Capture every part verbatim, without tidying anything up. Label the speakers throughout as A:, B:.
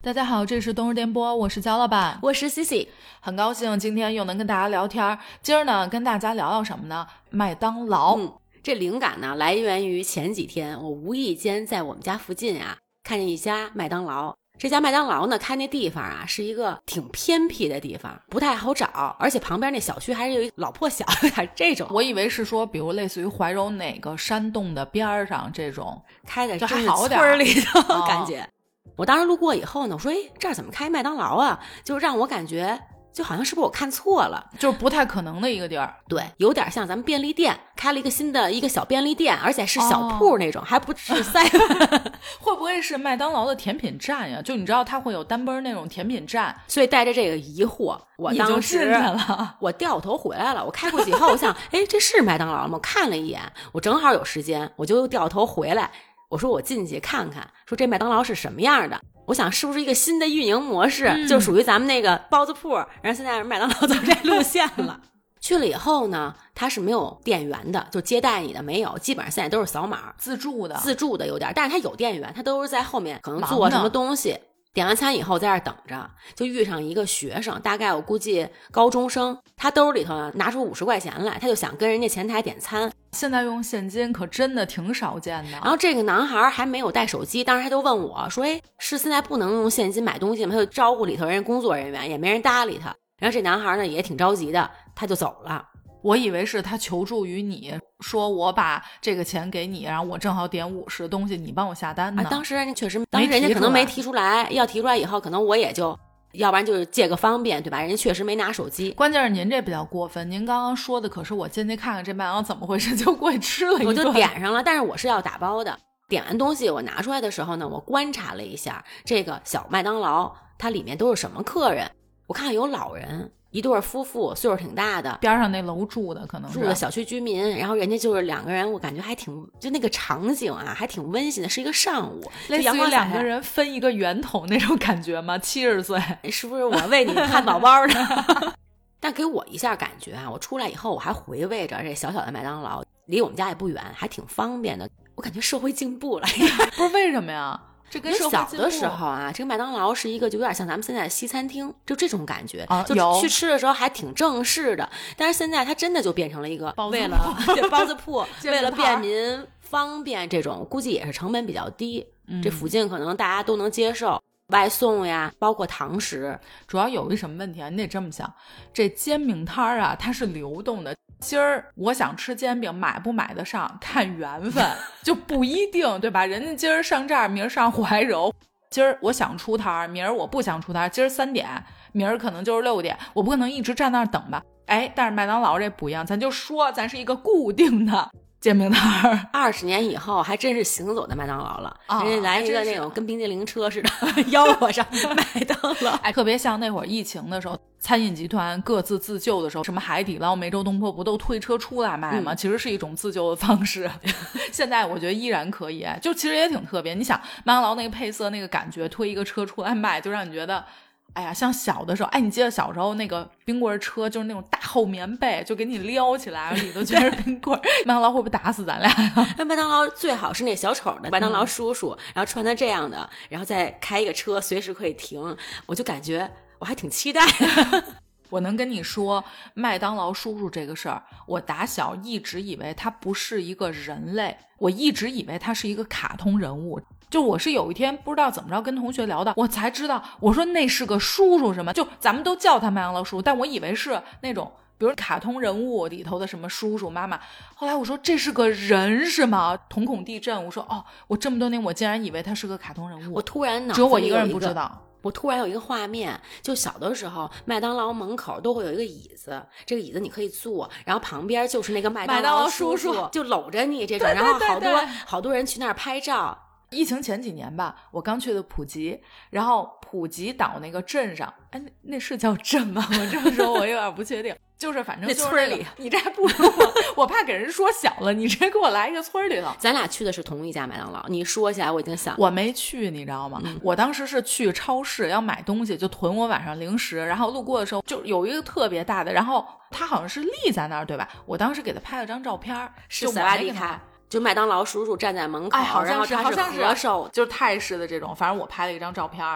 A: 大家好，这是冬日电波，我是焦老板，
B: 我是 Cici，
A: 很高兴今天又能跟大家聊天。今儿呢跟大家聊聊什么呢？麦当劳。
B: 嗯，这灵感呢来源于前几天我无意间在我们家附近啊看见一家麦当劳。这家麦当劳呢开那地方啊是一个挺偏僻的地方，不太好找，而且旁边那小区还是有一老破小这种。
A: 我以为是说比如类似于怀柔哪个山洞的边上这种
B: 开的
A: 这还好点
B: 村里头、
A: 哦、
B: 感觉。我当时路过以后呢，我说诶，这儿怎么开麦当劳啊？就让我感觉就好像是不是我看错了，
A: 就是不太可能的一个地儿。
B: 对，有点像咱们便利店开了一个新的一个小便利店，而且是小铺那种、哦、还不是塞
A: 会不会是麦当劳的甜品站呀？就你知道它会有单奔那种甜品站，
B: 所以带着这个疑惑我当时
A: 了
B: 我掉头回来了。我开过去以后我想诶，这是麦当劳吗？我看了一眼，我正好有时间，我就又掉头回来，我说我进去看看，说这麦当劳是什么样的，我想是不是一个新的运营模式、嗯、就属于咱们那个包子铺，然后现在麦当劳走这路线了去了以后呢，它是没有店员的，就接待你的没有，基本上现在都是扫码
A: 自助的
B: 自助的有点，但是它有店员，它都是在后面可能做什么东西，点完餐以后在这儿等着，就遇上一个学生，大概我估计高中生，他兜里头拿出五十块钱来，他就想跟人家前台点餐。
A: 现在用现金可真的挺少见的。
B: 然后这个男孩还没有带手机，当时他就问我说诶，是现在不能用现金买东西吗？他就招呼里头人工作人员，也没人搭理他。然后这男孩呢也挺着急的，他就走了。
A: 我以为是他求助于你，说我把这个钱给你，然后我正好点五十东西，你帮我下单呢、
B: 啊、当时人家确实当时人家可能没提出来，要提出来以后可能我也就要不然就是借个方便，对吧？人家确实没拿手机。
A: 关键是您这比较过分，您刚刚说的可是我进去看看这麦当劳怎么回事，就过去吃了一顿。
B: 我就点上了，但是我是要打包的。点完东西我拿出来的时候呢，我观察了一下这个小麦当劳它里面都是什么客人。我看有老人，一对夫妇，岁数挺大的，
A: 边上那楼住的可能是
B: 住的小区居民，然后人家就是两个人，我感觉还挺就那个场景啊还挺温馨的，是一个上午，
A: 类似于两个人分一个圆筒那种感觉吗？七十岁
B: 是不是我喂你汉堡包的但给我一下感觉啊，我出来以后我还回味着这小小的麦当劳，离我们家也不远，还挺方便的，我感觉社会进步了
A: 不是为什么呀？这跟
B: 小的时候啊，这个麦当劳是一个就有点像咱们现在的西餐厅，就这种感觉、啊、就去吃的时候还挺正式的。但是现在它真的就变成了一个为了包子铺为了便民方便这种，估计也是成本比较低、嗯、这附近可能大家都能接受外送呀，包括堂食。
A: 主要有一什么问题啊？你得这么想，这煎饼摊啊它是流动的，今儿我想吃煎饼，买不买得上看缘分就不一定，对吧？人家今儿上这儿，明儿上怀柔，今儿我想出摊，明儿我不想出摊，今儿三点，明儿可能就是六点，我不可能一直站那儿等吧。哎，但是麦当劳这不一样，咱就说咱是一个固定的煎饼摊儿，
B: 二十年以后还真是行走的麦当劳了、哦、人家来一个那种跟冰激凌车似的吆喝上麦当劳
A: 哎，特别像那会儿疫情的时候，餐饮集团各自自救的时候，什么海底捞、梅州东坡不都推车出来卖吗、嗯、其实是一种自救的方式现在我觉得依然可以，就其实也挺特别。你想麦当劳那个配色那个感觉，推一个车出来卖，就让你觉得哎呀，像小的时候，哎，你记得小时候那个冰棍车，就是那种大厚棉被，就给你撩起来，里头全是冰棍。麦当劳会不会打死咱俩呀？
B: 那麦当劳最好是那小丑的麦当劳叔叔、嗯，然后穿他这样的，然后再开一个车，随时可以停，我就感觉我还挺期待的。
A: 我能跟你说麦当劳叔叔这个事儿，我打小一直以为他不是一个人类，我一直以为他是一个卡通人物。就我是有一天不知道怎么着跟同学聊的，我才知道，我说那是个叔叔什么，就咱们都叫他麦当劳叔叔，但我以为是那种比如卡通人物里头的什么叔叔妈妈。后来我说这是个人是吗？瞳孔地震，我说哦，我这么多年我竟然以为他是个卡通人物。
B: 我突然脑子
A: 只有我一个人不知道。
B: 我突然有一个画面，就小的时候麦当劳门口都会有一个椅子，这个椅子你可以坐，然后旁边就是那个麦当劳叔叔就搂着你这种，
A: 对对对对，
B: 然后好多好多人去那儿拍照。
A: 疫情前几年吧，我刚去的普吉，然后普吉岛那个镇上，哎，那那是叫镇吗？我这么说我有点不确定，就是反正就是、那个、
B: 村里，
A: 你这还不如我，我怕给人说小了，你这给我来一个村里头。
B: 咱俩去的是同一家麦当劳，你说起来我已经想，
A: 我没去，你知道吗？嗯、我当时是去超市要买东西，就囤我晚上零食，然后路过的时候就有一个特别大的，然后他好像是立在那儿，对吧？我当时给他拍了张照片，
B: 是塞瓦迪卡。就麦当劳叔叔站在门口，
A: 哎，好像是
B: 然后他是合手，
A: 就是泰式的这种，反正我拍了一张照片。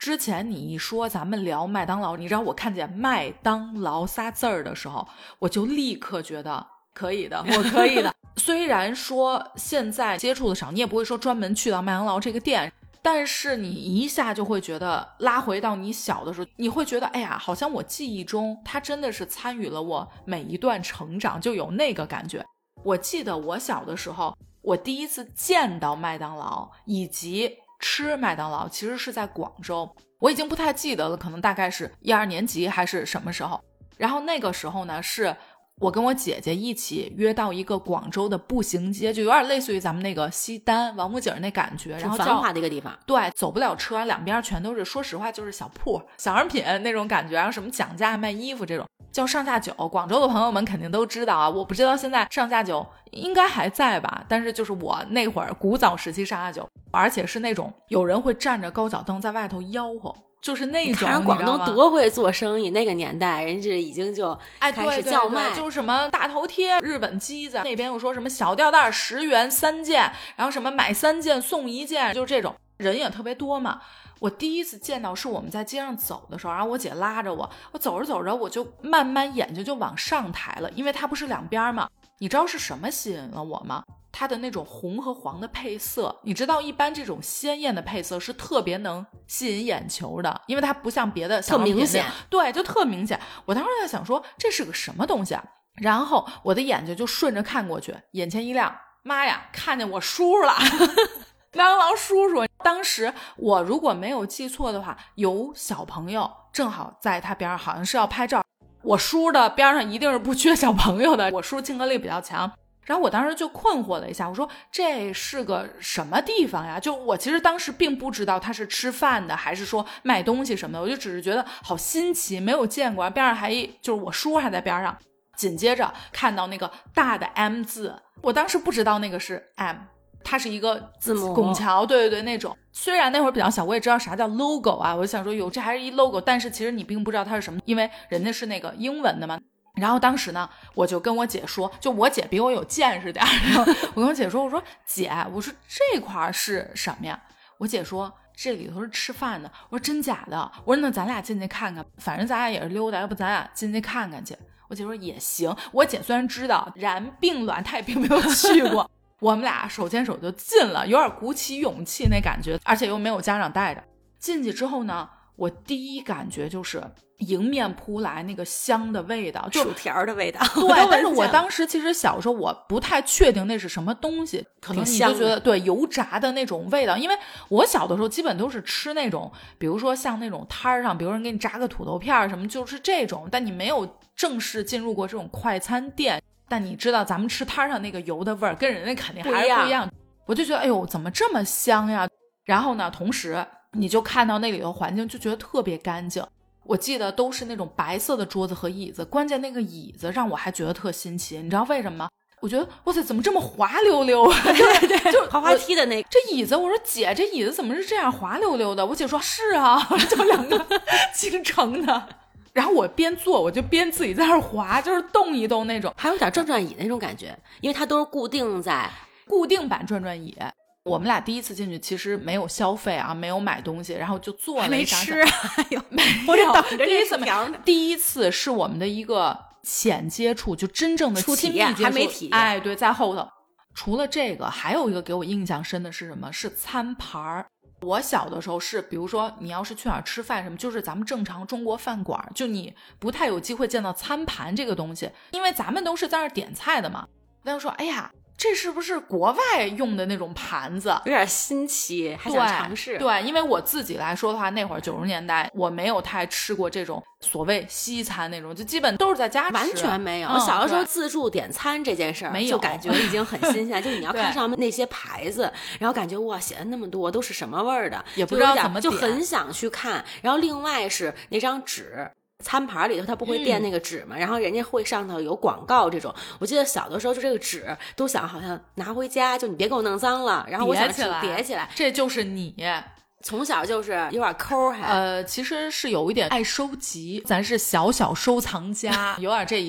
A: 之前你一说咱们聊麦当劳，你知道我看见麦当劳仨字儿的时候，我就立刻觉得可以的，我可以的。虽然说现在接触的少，你也不会说专门去到麦当劳这个店，但是你一下就会觉得拉回到你小的时候，你会觉得哎呀，好像我记忆中它真的是参与了我每一段成长，就有那个感觉。我记得我小的时候，我第一次见到麦当劳以及吃麦当劳其实是在广州，我已经不太记得了，可能大概是一二年级还是什么时候。然后那个时候呢，是我跟我姐姐一起约到一个广州的步行街，就有点类似于咱们那个西单王府井那感觉，然后
B: 繁华的一个地方，
A: 对，走不了车，两边全都是，说实话就是小铺小商品那种感觉，然后什么讲价卖衣服这种，叫上下九。广州的朋友们肯定都知道啊，我不知道现在上下九应该还在吧，但是就是我那会儿古早时期上下九，而且是那种有人会站着高脚凳在外头吆喝，就是那种。
B: 看广东多会做生意，那个年代人家已经就开始叫卖，
A: 哎、对对对，就是什么大头贴、日本机子，那边又说什么小吊带十元三件，然后什么买三件送一件，就是这种，人也特别多嘛。我第一次见到是我们在街上走的时候，然后我姐拉着我，我走着走着我就慢慢眼睛就往上抬了，因为它不是两边嘛。你知道是什么吸引了我吗？它的那种红和黄的配色，你知道一般这种鲜艳的配色是特别能吸引眼球的，因为它不像别的小商品，特明显，对，就特明显。我当时在想说这是个什么东西啊，然后我的眼睛就顺着看过去，眼前一亮，妈呀，看见我叔了麦当劳叔叔。当时我如果没有记错的话，有小朋友正好在他边上，好像是要拍照，我叔的边上一定是不缺小朋友的，我叔亲和力比较强。然后我当时就困惑了一下，我说这是个什么地方呀？就我其实当时并不知道他是吃饭的还是说卖东西什么的，我就只是觉得好新奇，没有见过，边上还就是我叔还在边上。紧接着看到那个大的 M 字，我当时不知道那个是 M， 它是一个
B: 字母
A: 拱桥，对对对，那种。虽然那会儿比较小，我也知道啥叫 logo 啊，我就想说有这还是一 logo， 但是其实你并不知道它是什么，因为人家是那个英文的嘛。然后当时呢，我就跟我姐说，就我姐比我有见识点，然后我跟我姐说，我说姐，我说这块是什么呀？我姐说这里头是吃饭的。我说真假的？我说那咱俩进去看看，反正咱俩也是溜达，要不咱俩进去看看去。我姐说也行。我姐虽然知道然并卵，她也并没有去过我们俩手牵手就进了，有点鼓起勇气那感觉，而且又没有家长带着。进去之后呢，我第一感觉就是迎面扑来那个香的味道，就
B: 薯条的味道。
A: 对，但是我当时其实小时候我不太确定那是什么东西，可能你就觉得对油炸的那种味道，因为我小的时候基本都是吃那种，比如说像那种摊儿上，比如人给你炸个土豆片什么，就是这种，但你没有正式进入过这种快餐店。但你知道咱们吃摊上那个油的味儿跟人家肯定还是不一样，我就觉得哎呦怎么这么香呀。然后呢，同时你就看到那里头环境就觉得特别干净，我记得都是那种白色的桌子和椅子，关键那个椅子让我还觉得特新奇，你知道为什么吗？我觉得哇塞怎么这么滑溜溜啊
B: 对对，就滑滑梯的那个
A: 这椅子，我说姐这椅子怎么是这样滑溜溜的？我姐说是啊，就两个京城的。然后我边坐我就边自己在那儿滑，就是动一动那种，
B: 还有点转转椅那种感觉，因为它都是固定在
A: 固定版转转椅。我们俩第一次进去其实没有消费啊，没有买东西，然后就坐了一
B: 下没吃啊，
A: 有没有？我就等着第一次第一次是我们的一个浅接触，就真正的亲密接触，
B: 还没体验。
A: 哎，对，在后头。除了这个，还有一个给我印象深的是什么？是餐盘。我小的时候是，比如说你要是去哪儿吃饭什么，就是咱们正常中国饭馆，就你不太有机会见到餐盘这个东西，因为咱们都是在那儿点菜的嘛。大家说，哎呀，这是不是国外用的那种盘子？
B: 有点新奇，还想尝试。
A: 对，因为我自己来说的话，那会儿九十年代我没有太吃过这种所谓西餐那种，就基本都是在家吃，
B: 完全没有。
A: 嗯、
B: 我小的时候自助点餐这件事儿，
A: 没有，
B: 就感觉已经很新鲜。就你要看上面那些牌子，然后感觉哇，写了那么多都是什么味儿的，
A: 也不知道怎么
B: 点，就很想去看。然后另外是那张纸。餐盘里头它不会垫那个纸嘛、嗯、然后人家会上头有广告这种，我记得小的时候就这个纸都想好像拿回家，就你别给我弄脏了，然后我想
A: 叠起来
B: 叠起来，
A: 这就是你
B: 从小就是有点抠，还
A: 呃其实是有一点爱收集，咱是小小收藏家有点这意思。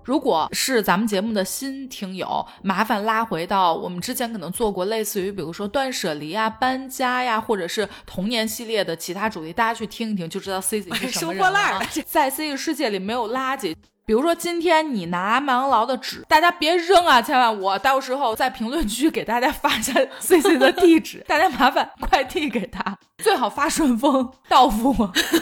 A: 如果是咱们节目的新听友，麻烦拉回到我们之前可能做过类似于比如说断舍离啊、搬家呀，或者是童年系列的其他主题，大家去听一听就知道 C C 是什么人了、啊。在 C C 世界里没有垃圾。比如说今天你拿麦当劳的纸，大家别扔啊，千万，我到时候在评论区给大家发一下 C C 的地址，大家麻烦快递给他，最好发顺丰到付。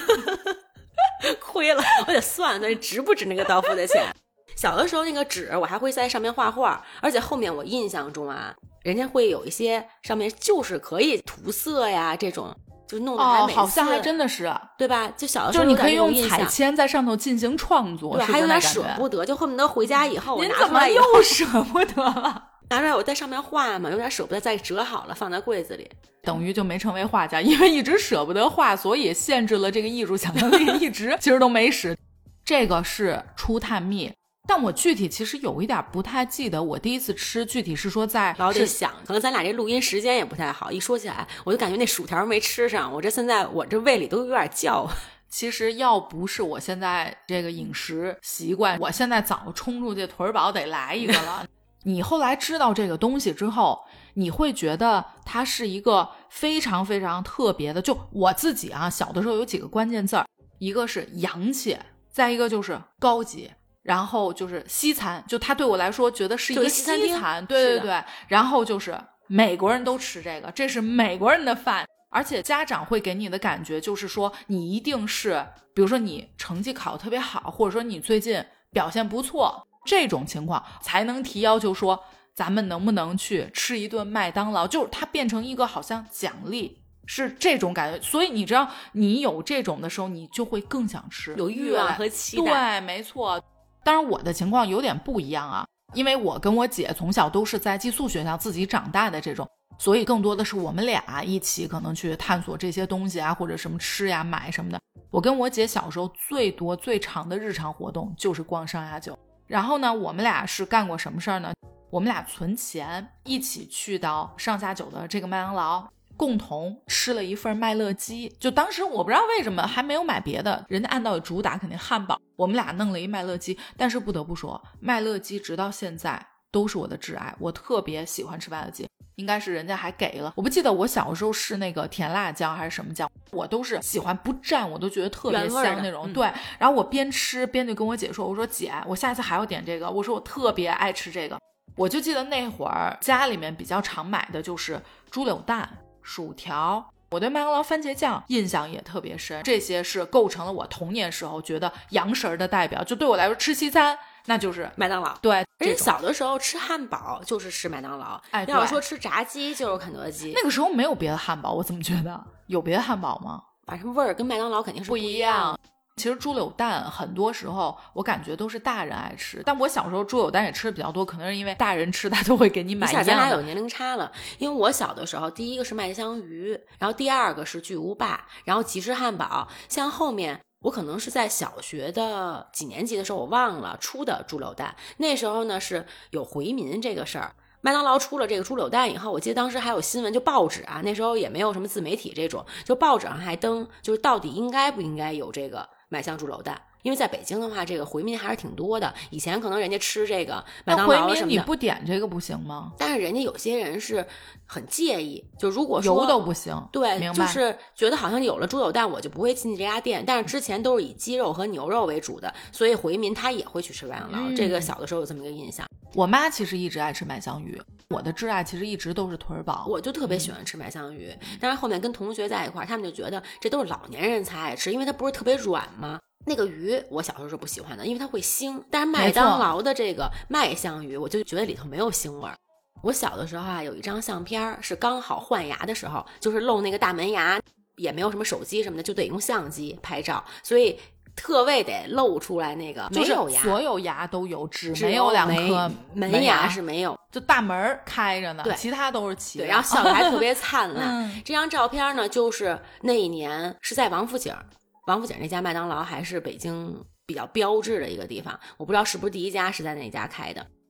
B: 亏了，我得算算值不值那个到付的钱。小的时候那个纸我还会在上面画画，而且后面我印象中啊，人家会有一些上面就是可以涂色呀，这种就弄得还美
A: 哦，好像还真的是，
B: 对吧？就小的时候
A: 就是你可以用彩铅在上头进行创作，
B: 对，还有点舍不得，就恨不得回家以后我
A: 您
B: 拿出来以后
A: 怎么又舍不得了？
B: 拿出来我在上面画嘛，有点舍不得，再折好了放在柜子里，
A: 等于就没成为画家，因为一直舍不得画，所以限制了这个艺术想象力，一直其实都没使。这个是初探蜜，但我具体其实有一点不太记得，我第一次吃具体是说在
B: 老得想，可能咱俩这录音时间也不太好，一说起来我就感觉那薯条没吃上，我这现在我这胃里都有点叫。
A: 其实要不是我现在这个饮食习惯，我现在早冲出去腿儿饱得来一个了。你后来知道这个东西之后，你会觉得它是一个非常非常特别的，就我自己啊，小的时候有几个关键字儿，一个是洋气，再一个就是高级，然后就是西餐，就它对我来说觉得是一个西餐，对对对，然后就是美国人都吃这个，这是美国人的饭，而且家长会给你的感觉就是说你一定是比如说你成绩考得特别好，或者说你最近表现不错，这种情况才能提要求说咱们能不能去吃一顿麦当劳，就是它变成一个好像奖励，是这种感觉。所以你知道你有这种的时候你就会更想吃，
B: 有欲望和期待。
A: 对，没错。当然我的情况有点不一样啊，因为我跟我姐从小都是在寄宿学校自己长大的这种，所以更多的是我们俩一起可能去探索这些东西啊，或者什么吃呀买什么的。我跟我姐小时候最多最长的日常活动就是逛上下九，然后呢我们俩是干过什么事儿呢，我们俩存钱一起去到上下九的这个麦当劳，共同吃了一份麦乐鸡。就当时我不知道为什么还没有买别的，人家按道理主打肯定汉堡，我们俩弄了一麦乐鸡。但是不得不说麦乐鸡直到现在都是我的挚爱，我特别喜欢吃麦乐鸡，应该是人家还给了，我不记得我小时候是那个甜辣酱还是什么酱，我都是喜欢不蘸我都觉得特别香那种、嗯、对。然后我边吃边就跟我姐说，我说姐我下次还要点这个，我说我特别爱吃这个。我就记得那会儿家里面比较常买的就是猪柳蛋、薯条，我对麦当劳番茄酱印象也特别深，这些是构成了我童年时候觉得洋食的代表。就对我来说吃西餐那就是
B: 麦当劳，
A: 对，
B: 而且小的时候吃汉堡就是吃麦当劳，
A: 哎，
B: 要说吃炸鸡就是肯德基。
A: 那个时候没有别的汉堡，我怎么觉得有别的汉堡吗？
B: 反正味儿跟麦当劳肯定是不
A: 一样。其实猪柳蛋很多时候我感觉都是大人爱吃，但我小时候猪柳蛋也吃的比较多，可能是因为大人吃他就会给你买一样的。
B: 咱俩有年龄差了，因为我小的时候第一个是麦香鱼，然后第二个是巨无霸，然后吉士汉堡，像后面我可能是在小学的几年级的时候我忘了出的猪柳蛋，那时候呢是有回民这个事儿。麦当劳出了这个猪柳蛋以后，我记得当时还有新闻，就报纸啊，那时候也没有什么自媒体这种，就报纸上还登，就是到底应该不应该有这个麦香猪柳蛋。因为在北京的话这个回民还是挺多的，以前可能人家吃这个麦当劳什么的，
A: 回民你不点这个不行吗？
B: 但是人家有些人是很介意，就如果
A: 说油都不行，
B: 对，就是觉得好像有了猪柳蛋我就不会进这家店，但是之前都是以鸡肉和牛肉为主的，所以回民他也会去吃麦当劳、嗯、这个小的时候有这么一个印象。
A: 我妈其实一直爱吃麦香鱼，我的挚爱其实一直都是腿儿堡，
B: 我就特别喜欢吃麦香鱼、嗯、但是后面跟同学在一块儿，他们就觉得这都是老年人才爱吃，因为它不是特别软吗？那个鱼我小时候是不喜欢的，因为它会腥，但是麦当劳的这个麦香鱼我就觉得里头没有腥味儿。我小的时候啊有一张相片是刚好换牙的时候，就是露那个大门牙，也没有什么手机什么的，就得用相机拍照，所以特为得露出来那个没有牙，
A: 就是所有牙都有，只没有两颗
B: 门牙是没有，
A: 就大门开着呢，
B: 对，
A: 其他都是齐的，
B: 对，然后笑得还特别灿烂、
A: 嗯、
B: 这张照片呢就是那一年是在王府井，王府井那家麦当劳还是北京比较标志的一个地方，我不知道是不是第一家是在那家开的。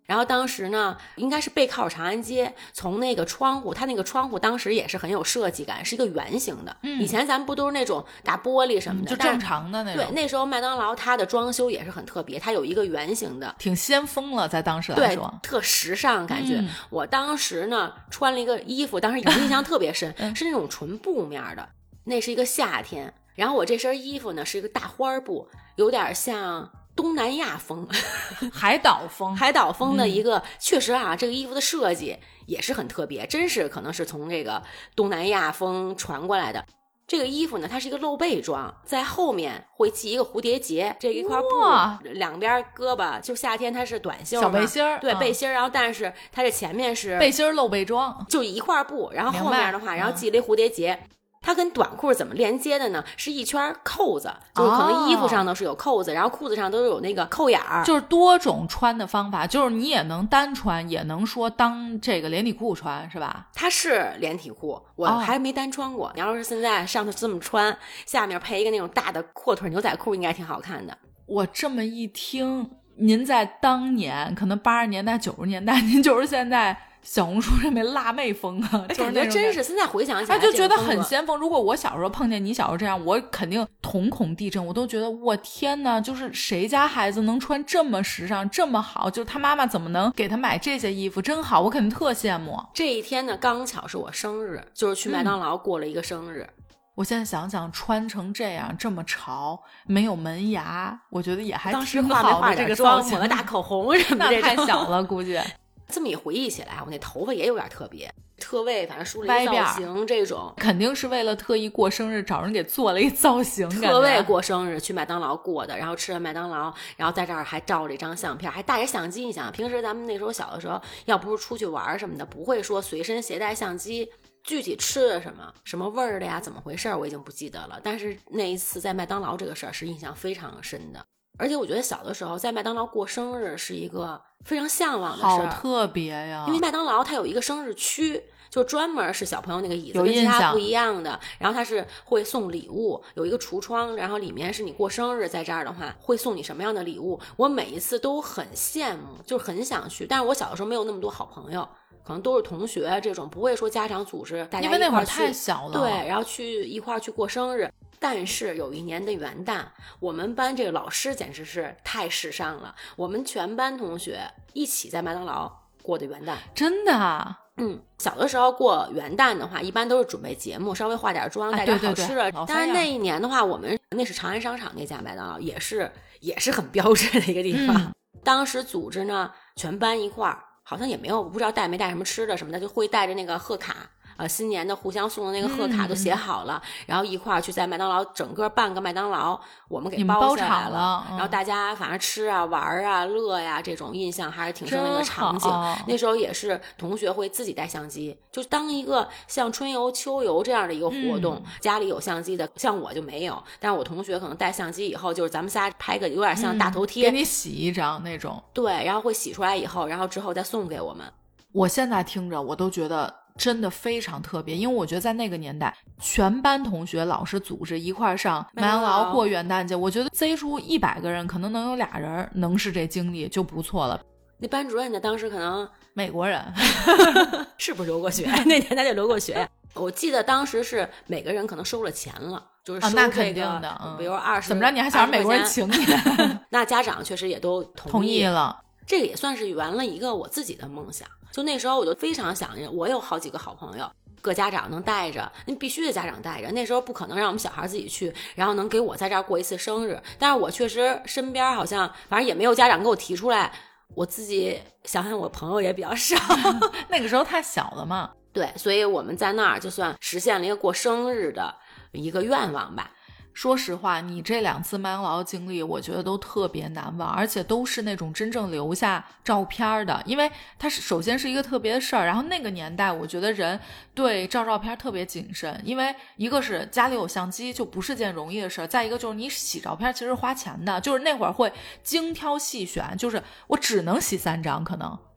B: 然后当时呢，应该是背靠长安街，从那个窗户，它那个窗户当时也是很有设计感，是一个圆形的。嗯、以前咱们不都是那种大玻璃什么的，
A: 就正常的那种。
B: 对，那时候麦当劳它的装修也是很特别，它有一个圆形的，
A: 挺先锋了，在当时来说，
B: 对，特时尚感觉。嗯、我当时呢穿了一个衣服，当时印象特别深，是那种纯布面的，那是一个夏天。然后我这身衣服呢是一个大花布，有点像东南亚风
A: 海岛风
B: 海岛风的一个、嗯、确实啊，这个衣服的设计也是很特别，真是可能是从这个东南亚风传过来的。这个衣服呢它是一个露背装，在后面会系一个蝴蝶结，这一块布两边胳膊，就夏天它是短袖
A: 小背心儿，
B: 对、
A: 嗯、
B: 背心儿，然后但是它这前面是
A: 背心儿露背装，
B: 就一块布，然后后面的话然后系了一蝴蝶结、嗯，它跟短裤怎么连接的呢？是一圈扣子，就是可能衣服上呢是有扣子、哦、然后裤子上都有那个扣眼儿，
A: 就是多种穿的方法，就是你也能单穿，也能说当这个连体裤穿，是吧？
B: 它是连体裤，我还没单穿过、哦、你要是现在上头这么穿，下面配一个那种大的阔腿牛仔裤，应该挺好看的。
A: 我这么一听，您在当年可能八十年代九十年代，您就是现在小红书上面辣妹风啊，就是那种
B: 真是现在回想起来
A: 就觉得很先锋。如果我小时候碰见你小时候这样，我肯定瞳孔地震，我都觉得我天哪，就是谁家孩子能穿这么时尚这么好，就是他妈妈怎么能给他买这些衣服，真好，我肯定特羡慕。
B: 这一天呢刚巧是我生日，就是去麦当劳过了一个生日、嗯、
A: 我现在想想穿成这样这么潮，没有门牙，我觉得也还挺好的。这个
B: 妆抹个大口红什么的，
A: 那太小了估计。
B: 这么一回忆起来，我那头发也有点特别，特为反正梳了一造型，这种
A: 肯定是为了特意过生日找人给做了一造型，
B: 特为过生日去麦当劳过的，然后吃了麦当劳，然后在这儿还照了一张相片，还带着相机。你想平时咱们那时候小的时候要不是出去玩什么的，不会说随身携带相机，具体吃了什么什么味儿的呀怎么回事我已经不记得了，但是那一次在麦当劳这个事儿是印象非常深的。而且我觉得小的时候在麦当劳过生日是一个非常向往的事儿，
A: 好特别呀！
B: 因为麦当劳它有一个生日区，就专门是小朋友那个椅子跟其他不一样的，然后它是会送礼物，有一个橱窗，然后里面是你过生日在这儿的话会送你什么样的礼物，我每一次都很羡慕，就是很想去，但是我小的时候没有那么多好朋友，可能都是同学这种，不会说家长组织大家一块去，
A: 因为那会儿太小了，
B: 对，然后去一块去过生日。但是有一年的元旦，我们班这个老师简直是太时尚了，我们全班同学一起在麦当劳过的元旦。
A: 真的啊？
B: 嗯，小的时候过元旦的话一般都是准备节目，稍微化点妆带点好吃的、啊、对对对，但是那一年的话我们那是长安商场那家麦当劳，也是也是很标志的一个地方、嗯、当时组织呢全班一块儿，好像也没有不知道带没带什么吃的什么的，就会带着那个贺卡，呃，新年的互相送的那个贺卡都写好了、嗯、然后一块儿去在麦当劳整个半个麦当劳我们给包下来
A: 了,
B: 了、
A: 嗯、
B: 然后大家反正吃啊玩啊乐呀，这种印象还是挺深的一个场景。那时候也是同学会自己带相机，就当一个像春游秋游这样的一个活动、嗯、家里有相机的像我就没有，但是我同学可能带相机以后就是咱们仨拍个有点像大头贴、
A: 嗯、给你洗一张那种，
B: 对，然后会洗出来以后然后之后再送给我们。
A: 我现在听着我都觉得真的非常特别，因为我觉得在那个年代全班同学老师组织一块上麦当劳过元旦节，我觉得贼出一百个人可能能有俩人能是这经历就不错了。
B: 那班主任呢当时可能
A: 美国人
B: 是不是留过学那年代就留过学我记得当时是每个人可能收了钱了，就是收、这个
A: 啊、那肯定的、嗯、
B: 比如二十，
A: 怎么着你还想让美国人请你
B: 那家长确实也都同意
A: 同意了，
B: 这个也算是圆了一个我自己的梦想。就那时候我就非常想我有好几个好朋友，各家长能带着，你必须得家长带着，那时候不可能让我们小孩自己去，然后能给我在这儿过一次生日，但是我确实身边好像反正也没有家长给我提出来，我自己想想我朋友也比较少
A: 那个时候太小了嘛，
B: 对，所以我们在那儿就算实现了一个过生日的一个愿望吧。
A: 说实话你这两次麦当劳经历我觉得都特别难忘，而且都是那种真正留下照片的，因为它是首先是一个特别的事儿，然后那个年代我觉得人对照照片特别谨慎，因为一个是家里有相机就不是件容易的事儿，再一个就是你洗照片其实是花钱的，就是那会儿会精挑细选，就是我只能洗三张可能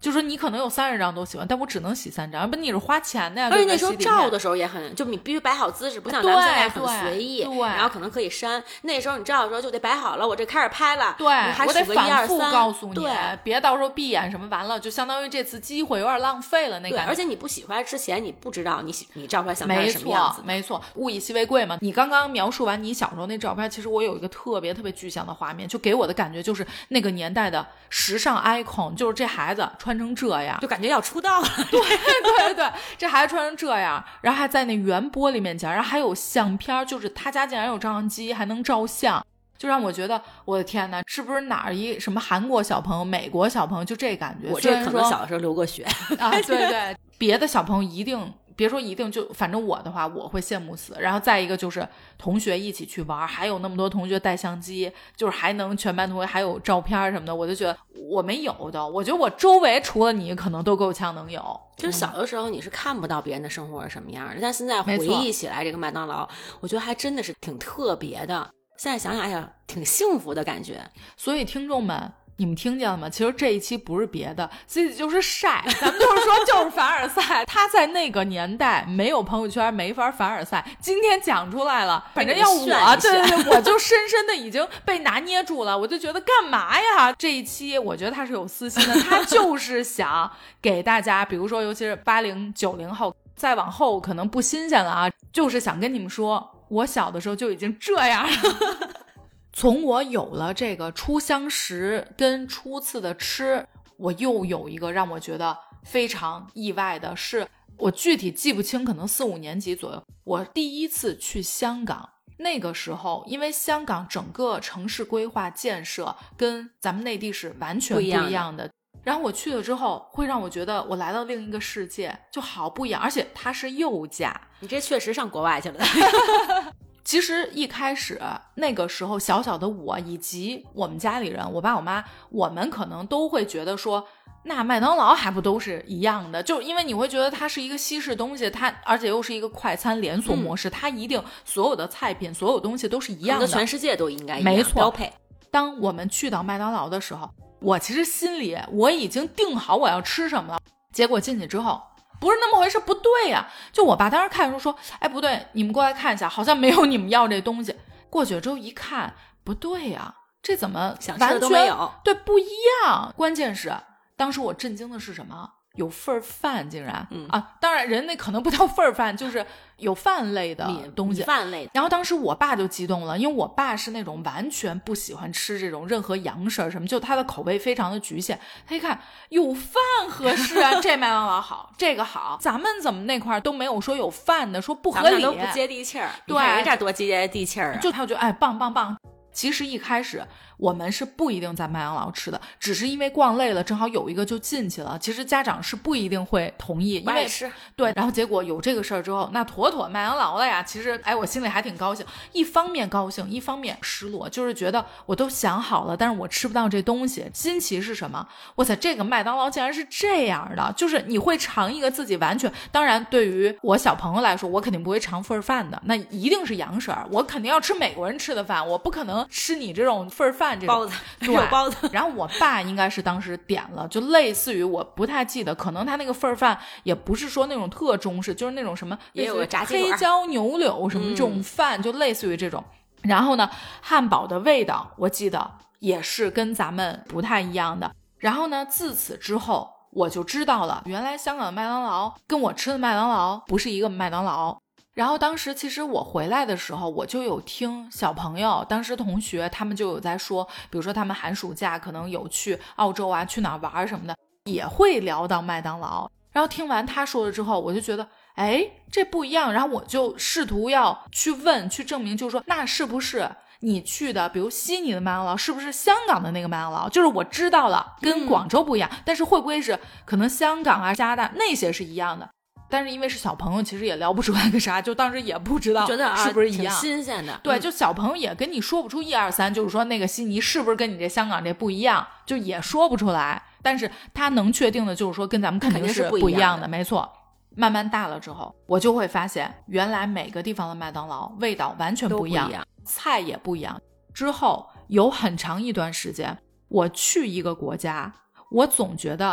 A: 就说你可能有三十张都喜欢，但我只能洗三张，要不你是花钱的呀。
B: 而且那时候照的时候也很，就你必须摆好姿势，不像咱们现在很随意，
A: 对，
B: 然后可能可以删。那时候你照的时候就得摆好了，我这开始拍了，
A: 对，
B: 还
A: 我得反复告诉你，
B: 对，
A: 别到时候闭眼什么完了，就相当于这次机会有点浪费了那感觉。
B: 而且你不洗出来之前，你不知道你你照出来想拍什么样子。
A: 没错，没错，物以稀为贵嘛。你刚刚描述完你小时候那照片，其实我有一个特别特别具象的画面，就给我的感觉就是那个年代的时尚 icon， 就是这孩子穿成这样，
B: 就感觉要出道了。
A: 对对对，这孩子穿成这样，然后还在那圆玻璃面前，然后还有相片，就是他家竟然有照相机还能照相，就让我觉得我的天哪，是不是哪儿一什么韩国小朋友美国小朋友就这感觉。
B: 我这可能小的时候流过血
A: 啊，对对，别的小朋友一定别说一定，就反正我的话我会羡慕死。然后再一个就是同学一起去玩，还有那么多同学带相机，就是还能全班同学还有照片什么的，我就觉得我没有的。我觉得我周围除了你可能都够呛能有。
B: 其实小的时候你是看不到别人的生活是什么样的，但现在回忆起来这个麦当劳，我觉得还真的是挺特别的。现在想想，哎呀，挺幸福的感觉。
A: 所以听众们，你们听见了吗？其实这一期不是别的，自己就是晒，咱们就是说就是凡尔赛。他在那个年代没有朋友圈，没法凡尔赛。今天讲出来了，反正要我，对对对，我就深深的已经被拿捏住了。我就觉得干嘛呀？这一期我觉得他是有私心的，他就是想给大家，比如说尤其是八零九零后，再往后可能不新鲜了啊，就是想跟你们说。我小的时候就已经这样了。从我有了这个初相识跟初次的吃，我又有一个让我觉得非常意外的是，我具体记不清，可能四五年级左右，我第一次去香港。那个时候因为香港整个城市规划建设跟咱们内地是完全不一样的，然后我去了之后会让我觉得我来到另一个世界，就好不一样，而且它是右驾。
B: 你这确实上国外去了。
A: 其实一开始那个时候小小的我以及我们家里人，我爸我妈，我们可能都会觉得说，那麦当劳还不都是一样的，就因为你会觉得它是一个西式东西，它而且又是一个快餐连锁模式、嗯、它一定所有的菜品所有东西都是一样的，
B: 全世界都应该一样，
A: 没错，
B: 标配。
A: 当我们去到麦当劳的时候，我其实心里我已经定好我要吃什么了，结果进去之后不是那么回事，不对呀、啊！就我爸当时看的时候说，哎，不对，你们过来看一下，好像没有你们要这东西。过去之后一看，不对呀、啊，这怎么
B: 想吃的都没有？
A: 对，不一样。关键是当时我震惊的是什么？有份饭竟然、
B: 嗯、
A: 啊！当然人那可能不叫份饭，就是有饭类的东西，
B: 饭类的。
A: 然后当时我爸就激动了，因为我爸是那种完全不喜欢吃这种任何洋食什么，就他的口味非常的局限。他一看有饭合适啊，这麦当劳好，这个好，咱们怎么那块都没有说有饭的，说不合理，
B: 都不接地气儿。
A: 对，
B: 人这多接地气儿啊！
A: 就他就觉得哎，棒棒棒。其实一开始我们是不一定在麦当劳吃的，只是因为逛累了，正好有一个就进去了。其实家长是不一定会同意，因为
B: 是
A: 对。然后结果有这个事儿之后，那妥妥麦当劳了呀。其实哎，我心里还挺高兴，一方面高兴，一方面失落，就是觉得我都想好了，但是我吃不到这东西。新奇是什么？我操，这个麦当劳竟然是这样的，就是你会尝一个自己完全，当然对于我小朋友来说，我肯定不会尝份饭的，那一定是洋食儿，我肯定要吃美国人吃的饭，我不可能吃你这种份饭这种
B: 包子，
A: 对，
B: 有包子。
A: 然后我爸应该是当时点了，就类似于我不太记得，可能他那个份饭也不是说那种特中式，就是那种什么
B: 也有个炸鸡
A: 黑椒牛柳什么这种饭、嗯，就类似于这种。然后呢，汉堡的味道我记得也是跟咱们不太一样的。然后呢，自此之后我就知道了，原来香港的麦当劳跟我吃的麦当劳不是一个麦当劳。然后当时其实我回来的时候，我就有听小朋友，当时同学他们就有在说，比如说他们寒暑假可能有去澳洲啊，去哪儿玩什么的，也会聊到麦当劳。然后听完他说了之后，我就觉得哎，这不一样。然后我就试图要去问去证明，就是说那是不是你去的比如悉尼的麦当劳是不是香港的那个麦当劳，就是我知道了跟广州不一样、嗯、但是会不会是可能香港啊加拿大那些是一样的。但是因为是小朋友，其实也聊不出来个啥，就当时也不知道
B: 觉得
A: 是不是一样，
B: 挺新鲜的。
A: 对，就小朋友也跟你说不出一二三，就是说那个悉尼是不是跟你这香港这不一样，就也说不出来。但是他能确定的就是说跟咱们肯定是不一样的，没错。慢慢大了之后，我就会发现原来每个地方的麦当劳味道完全不一样，
B: 不一样
A: 菜也不一样。之后有很长一段时间，我去一个国家，我总觉得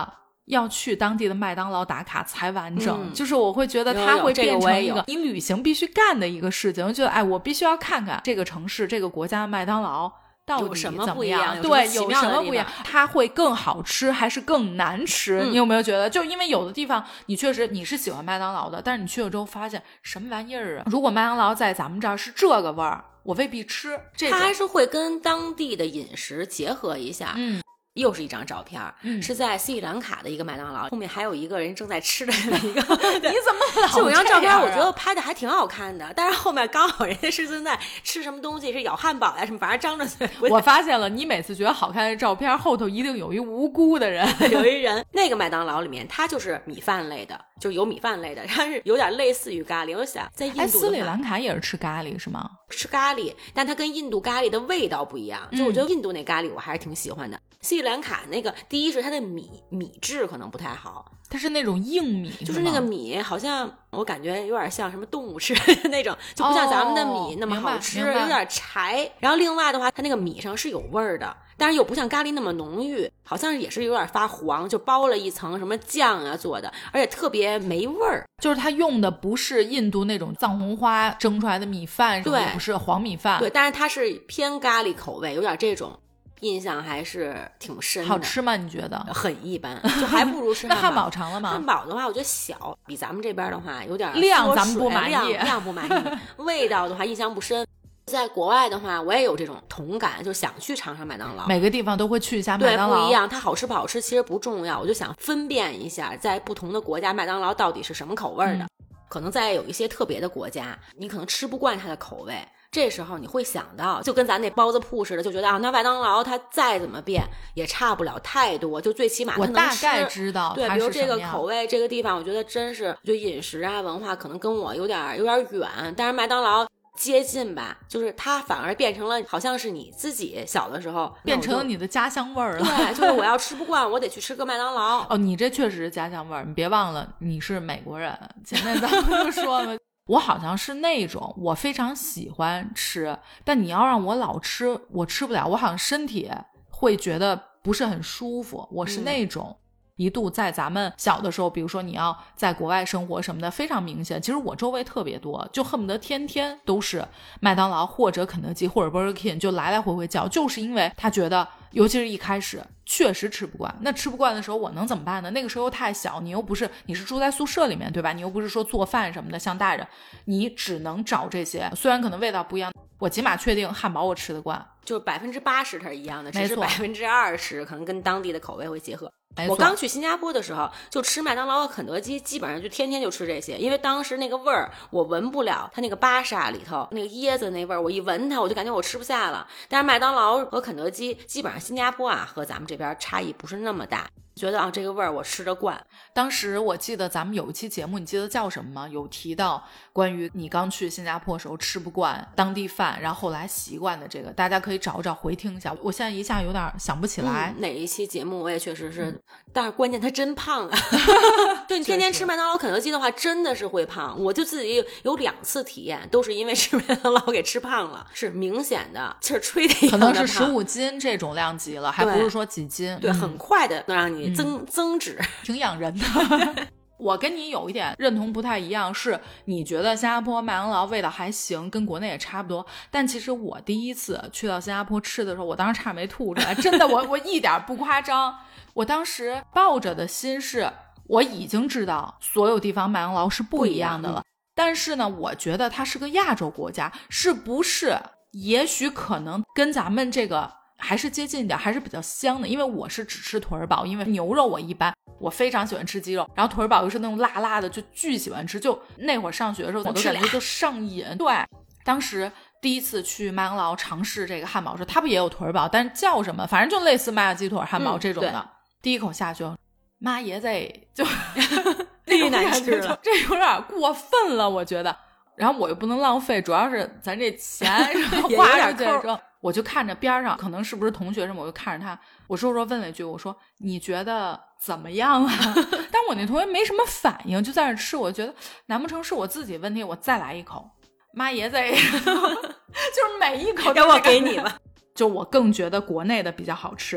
A: 要去当地的麦当劳打卡才完整、
B: 嗯、
A: 就是我会觉得它会变成一
B: 个
A: 你旅行必须干的一个事情，我觉得哎，我必须要看看这个城市这个国家的麦当劳到底怎么样，
B: 有什么不一样，
A: 对，
B: 有
A: 什么不一样，它会更好吃还是更难吃、嗯、你有没有觉得就因为有的地方你确实你是喜欢麦当劳的，但是你去了之后发现什么玩意儿啊，如果麦当劳在咱们这儿是这个味儿，我未必吃。
B: 它还是会跟当地的饮食结合一下。
A: 嗯，
B: 又是一张照片、嗯、是在斯里兰卡的一个麦当劳，后面还有一个人正在吃的一个你
A: 怎么老
B: 就有张照片我觉得拍的还挺好看的，但是后面刚好人家是正在吃什么东西，是咬汉堡呀什么，反正张着嘴。
A: 我发现了，你每次觉得好看的照片后头一定有一无辜的人
B: 有一人那个麦当劳里面它就是米饭类的，就有米饭类的，它是有点类似于咖喱。我想在印度的话、哎、
A: 斯里兰卡也是吃咖喱是吗？
B: 吃咖喱，但它跟印度咖喱的味道不一样，就我觉得印度那咖喱我还是挺喜欢的、嗯、斯里兰卡那个第一是它的米米质可能不太好，
A: 它是那种硬米，
B: 就是那个米好像我感觉有点像什么动物吃的那种，就不像咱们的米那么好吃、哦、有点柴。然后另外的话它那个米上是有味儿的，但是又不像咖喱那么浓郁，好像也是有点发黄，就包了一层什么酱啊做的，而且特别没味儿。
A: 就是它用的不是印度那种藏红花蒸出来的米饭，
B: 对，
A: 不是黄米饭，
B: 对，但是它是偏咖喱口味，有点这种印象还是挺深的。
A: 好吃吗？你觉得？
B: 很一般，就还不如吃汉堡。
A: 那汉堡尝了吗？
B: 汉堡的话我觉得小，比咱们这边的话有点
A: 量咱们不满意，
B: 量, 量不满意味道的话印象不深。在国外的话我也有这种同感，就想去尝尝麦当劳，
A: 每个地方都会去一下麦当劳。
B: 对，不一样，它好吃不好吃其实不重要，我就想分辨一下在不同的国家麦当劳到底是什么口味的、嗯、可能在有一些特别的国家你可能吃不惯它的口味，这时候你会想到就跟咱那包子铺似的，就觉得啊，那麦当劳它再怎么变也差不了太多，就最起码它能吃。
A: 我大概知道
B: 对，比如这个口味这个地方我觉得真是就饮食啊文化可能跟我有点有点远，但是麦当劳接近吧，就是它反而变成了好像是你自己小的时候
A: 变成了你的家乡味儿了。
B: 对，就是我要吃不惯我得去吃个麦当劳。
A: 哦，你这确实是家乡味儿，你别忘了你是美国人，前面咱们就说了我好像是那种我非常喜欢吃，但你要让我老吃我吃不了，我好像身体会觉得不是很舒服，我是那种、嗯一度在咱们小的时候，比如说你要在国外生活什么的非常明显，其实我周围特别多，就恨不得天天都是麦当劳或者肯德基或者 Burger King 就来来回回叫，就是因为他觉得尤其是一开始确实吃不惯，那吃不惯的时候我能怎么办呢？那个时候太小，你又不是你是住在宿舍里面对吧，你又不是说做饭什么的像大人，你只能找这些，虽然可能味道不一样，我起码确定汉堡我吃得惯，
B: 就是百分之八十它是一样的，只是百分之二十可能跟当地的口味会结合。我刚去新加坡的时候就吃麦当劳和肯德基，基本上就天天就吃这些，因为当时那个味儿我闻不了，它那个巴沙里头那个椰子那味儿，我一闻它我就感觉我吃不下了。但是麦当劳和肯德基基本上新加坡啊和咱们这边差异不是那么大，觉得啊这个味儿我吃得惯。
A: 当时我记得咱们有一期节目你记得叫什么吗？有提到关于你刚去新加坡的时候吃不惯当地饭然后后来习惯的这个，大家可以找找回听一下，我现在一下有点想不起来、
B: 嗯、哪一期节目我也确实是、嗯、但是关键它真胖啊对，你天天吃麦当劳肯德基的话真的是会胖，我就自己有两次体验都是因为吃麦当劳给吃胖了，是明显的气儿吹的一样的胖，
A: 可能是十五斤这种量级了，还不是说几斤。
B: 对、嗯、很快的能让你增、
A: 嗯、
B: 增脂，
A: 挺养人的我跟你有一点认同不太一样，是你觉得新加坡麦当劳味道还行，跟国内也差不多，但其实我第一次去到新加坡吃的时候我当时差点没吐出来，真的我我一点不夸张，我当时抱着的心是我已经知道所有地方麦当劳是不一样的了，但是呢我觉得它是个亚洲国家，是不是也许可能跟咱们这个还是接近一点，还是比较香的，因为我是只吃腿儿堡，因为牛肉我一般我非常喜欢吃鸡肉，然后腿儿堡又是那种辣辣的就巨喜欢吃，就那会儿上学的时候我都感觉就上瘾。对，当时第一次去麦当劳尝试这个汉堡时，它不也有腿儿堡，但是叫什么反正就类似麦辣鸡腿汉堡这种的、嗯、第一口下去妈爷子就
B: 太难吃了，
A: 这有点过分了我觉得，然后我又不能浪费，主要是咱这钱花出去之后我就看着边上可能是不是同学什么，我就看着他，我说说问了一句，我说你觉得怎么样啊但我那同学没什么反应，就在那吃，我觉得难不成是我自己问题，我再来一口妈爷子就是每一口
B: 要我给你吧
A: 就我更觉得国内的比较好吃，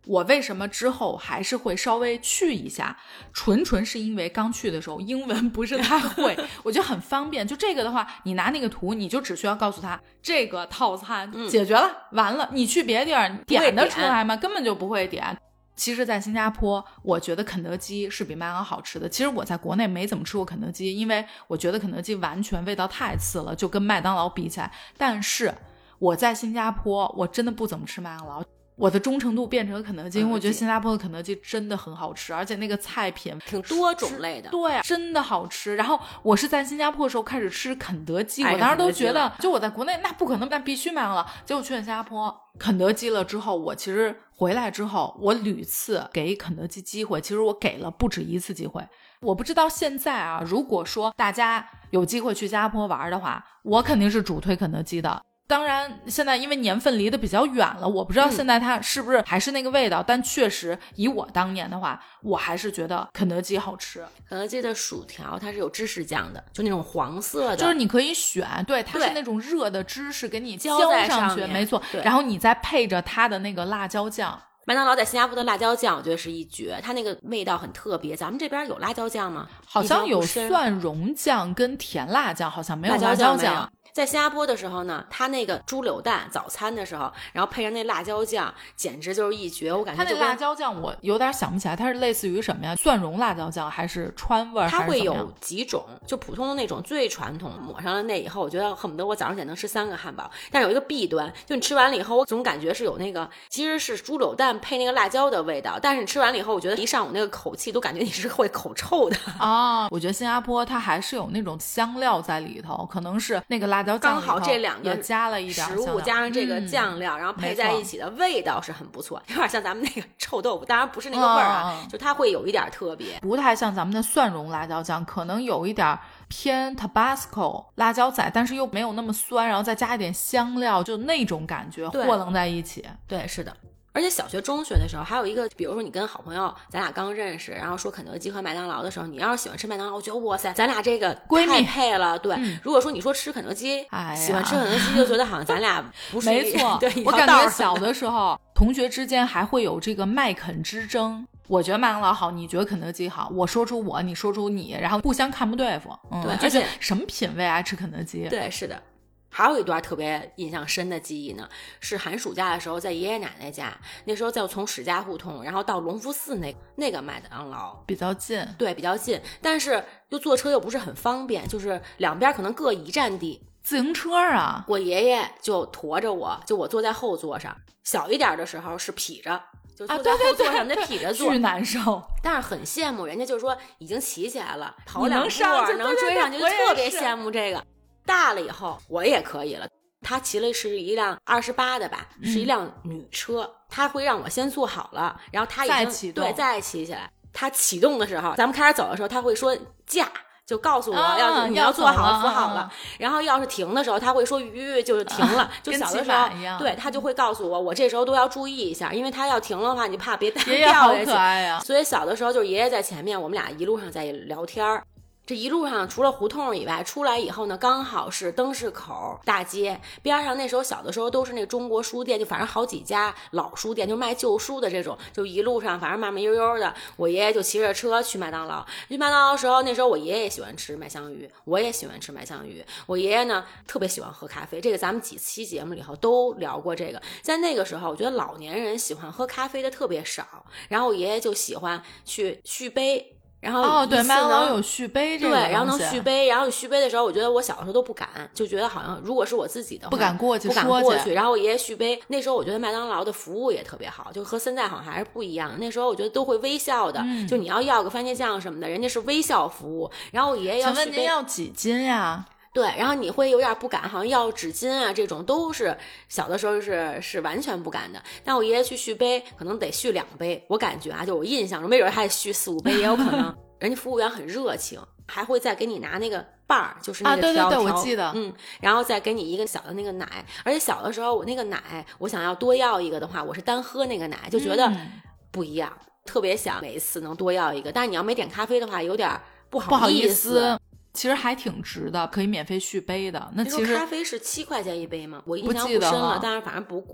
A: 我为什么之后还是会稍微去一下，纯纯是因为刚去的时候英文不是太会我觉得很方便，就这个的话你拿那个图你就只需要告诉他这个套餐解决了、嗯、完了你去别的地儿点得出来吗？根本就不会点。其实在新加坡我觉得肯德基是比麦当劳好吃的。其实我在国内没怎么吃过肯德基，因为我觉得肯德基完全味道太次了，就跟麦当劳比起来。但是我在新加坡我真的不怎么吃麦当劳，我的忠诚度变成肯德基，因为我觉得新加坡的肯德基真的很好吃，而且那个菜品
B: 挺多种类的，
A: 对，真的好吃。然后我是在新加坡的时候开始吃肯德基，我当时都觉得就我在国内那不可能，那必须麦当劳。结果去了新加坡肯德基了之后，我其实回来之后我屡次给肯德基机会，其实我给了不止一次机会。我不知道现在啊，如果说大家有机会去新加坡玩的话，我肯定是主推肯德基的。当然现在因为年份离得比较远了，我不知道现在它是不是还是那个味道、嗯、但确实以我当年的话我还是觉得肯德基好吃。
B: 肯德基的薯条它是有芝士酱的，就那种黄色的，
A: 就是你可以选，对，它是那种热的芝士给你浇上去，没错，然后你再配着它的那个辣椒酱。
B: 麦当劳在新加坡的辣椒酱我觉得是一绝，它那个味道很特别。咱们这边有辣椒酱吗？
A: 好像有蒜蓉酱跟甜辣酱，好像没有辣椒酱。
B: 在新加坡的时候呢，他那个猪柳蛋早餐的时候，然后配上那辣椒酱，简直就是一绝。我感觉
A: 他那辣椒酱我有点想不起来，它是类似于什么呀？蒜蓉辣椒酱还是川味？
B: 它会有几种，就普通的那种最传统，抹上了那以后，我觉得恨不得我早上起来能吃三个汉堡。但有一个弊端，就你吃完了以后，我总感觉是有那个其实是猪柳蛋配那个辣椒的味道，但是你吃完了以后，我觉得一上午那个口气都感觉你是会口臭的
A: 啊。我觉得新加坡它还是有那种香料在里头，可能是那个辣椒酱
B: 刚好这两个
A: 也加了一点
B: 食物加上这个酱料、嗯、然后配在一起的味道是很不错，有点像咱们那个臭豆腐，当然不是那个味儿啊、嗯、就它会有一点特别，
A: 不太像咱们的蒜蓉辣椒酱，可能有一点偏 Tabasco 辣椒仔，但是又没有那么酸，然后再加一点香料，就那种感觉和楞在一起。
B: 对，是的。而且小学中学的时候还有一个，比如说你跟好朋友咱俩刚认识，然后说肯德基和麦当劳的时候，你要是喜欢吃麦当劳，我觉得哇塞咱俩这个
A: 闺蜜
B: 太配了。对、嗯、如果说你说吃肯德基、哎、喜欢吃肯德基就觉得好像咱俩不是
A: 没错
B: 对，
A: 我感觉小的时候同学之间还会有这个麦肯之争，我觉得麦当劳好，你觉得肯德基好，我说出我你说出你，然后互相看不对付。嗯，
B: 对，
A: 而且什么品味爱吃肯德基。
B: 对，是的。还有一段特别印象深的记忆呢，是寒暑假的时候在爷爷奶奶家，那时候再从史家胡同然后到隆福寺那那个麦当劳
A: 比较近，
B: 对，比较近，但是又坐车又不是很方便，就是两边可能各一站地。
A: 自行车啊，
B: 我爷爷就驮着我，就我坐在后座上，小一点的时候是劈着，就坐在后座上得劈着坐，
A: 巨难受。
B: 但是很羡慕人家，就是说已经骑起来了，跑两步能追上去，就特别羡慕这个。大了以后我也可以了，他骑了是一辆二十八的吧、嗯、是一辆女车，他会让我先坐好了，然后他已经
A: 再启动，
B: 对，再骑起来。他启动的时候，咱们开始走的时候他会说驾，就告诉我要、啊、你要坐好了扶好了、啊、然后要是停的时候他会说吁就是停了、啊、就小的时候对，他就会告诉我我这时候都要注意一下，因为他要停的话你怕别掉下去。
A: 爷爷好可爱呀、
B: 所以小的时候就是爷爷在前面，我们俩一路上在聊天。这一路上除了胡同以外，出来以后呢，刚好是灯市口大街边上，那时候小的时候都是那中国书店，就反正好几家老书店，就卖旧书的这种，就一路上反正慢慢悠悠的，我爷爷就骑着车去麦当劳。去麦当劳的时候，那时候我爷爷也喜欢吃麦香鱼，我也喜欢吃麦香鱼。我爷爷呢特别喜欢喝咖啡，这个咱们几期节目里头都聊过这个。在那个时候，我觉得老年人喜欢喝咖啡的特别少，然后我爷爷就喜欢去续杯。然后
A: 哦，对，麦当劳有续杯这个，
B: 对，然后能续杯，然后续杯的时候，我觉得我小的时候都不敢，就觉得好像如果是我自己的话，
A: 不敢过去，
B: 不敢过去。然后我爷爷续杯，那时候我觉得麦当劳的服务也特别好，就和现在好像还是不一样。那时候我觉得都会微笑的，嗯、就你要要个番茄酱什么的，人家是微笑服务。然后我爷爷要续杯，
A: 请问您要几斤呀？
B: 对，然后你会有点不敢，好像要纸巾啊，这种都是小的时候是是完全不敢的。但我爷爷去续杯，可能得续两杯，我感觉啊，就我印象中，没准还续四五杯也有可能。人家服务员很热情，还会再给你拿那个瓣儿，就是那个条条、
A: 啊、对对对，我记得，
B: 嗯，然后再给你一个小的那个奶。而且小的时候，我那个奶，我想要多要一个的话，我是单喝那个奶，就觉得不一样，嗯、特别想每一次能多要一个。但是你要没点咖啡的话，有点不好意思。
A: 不好意思其实还挺值的，可以免费续杯的。那其实
B: 咖啡是七块钱一杯吗？我印象不深了，但是反正不贵。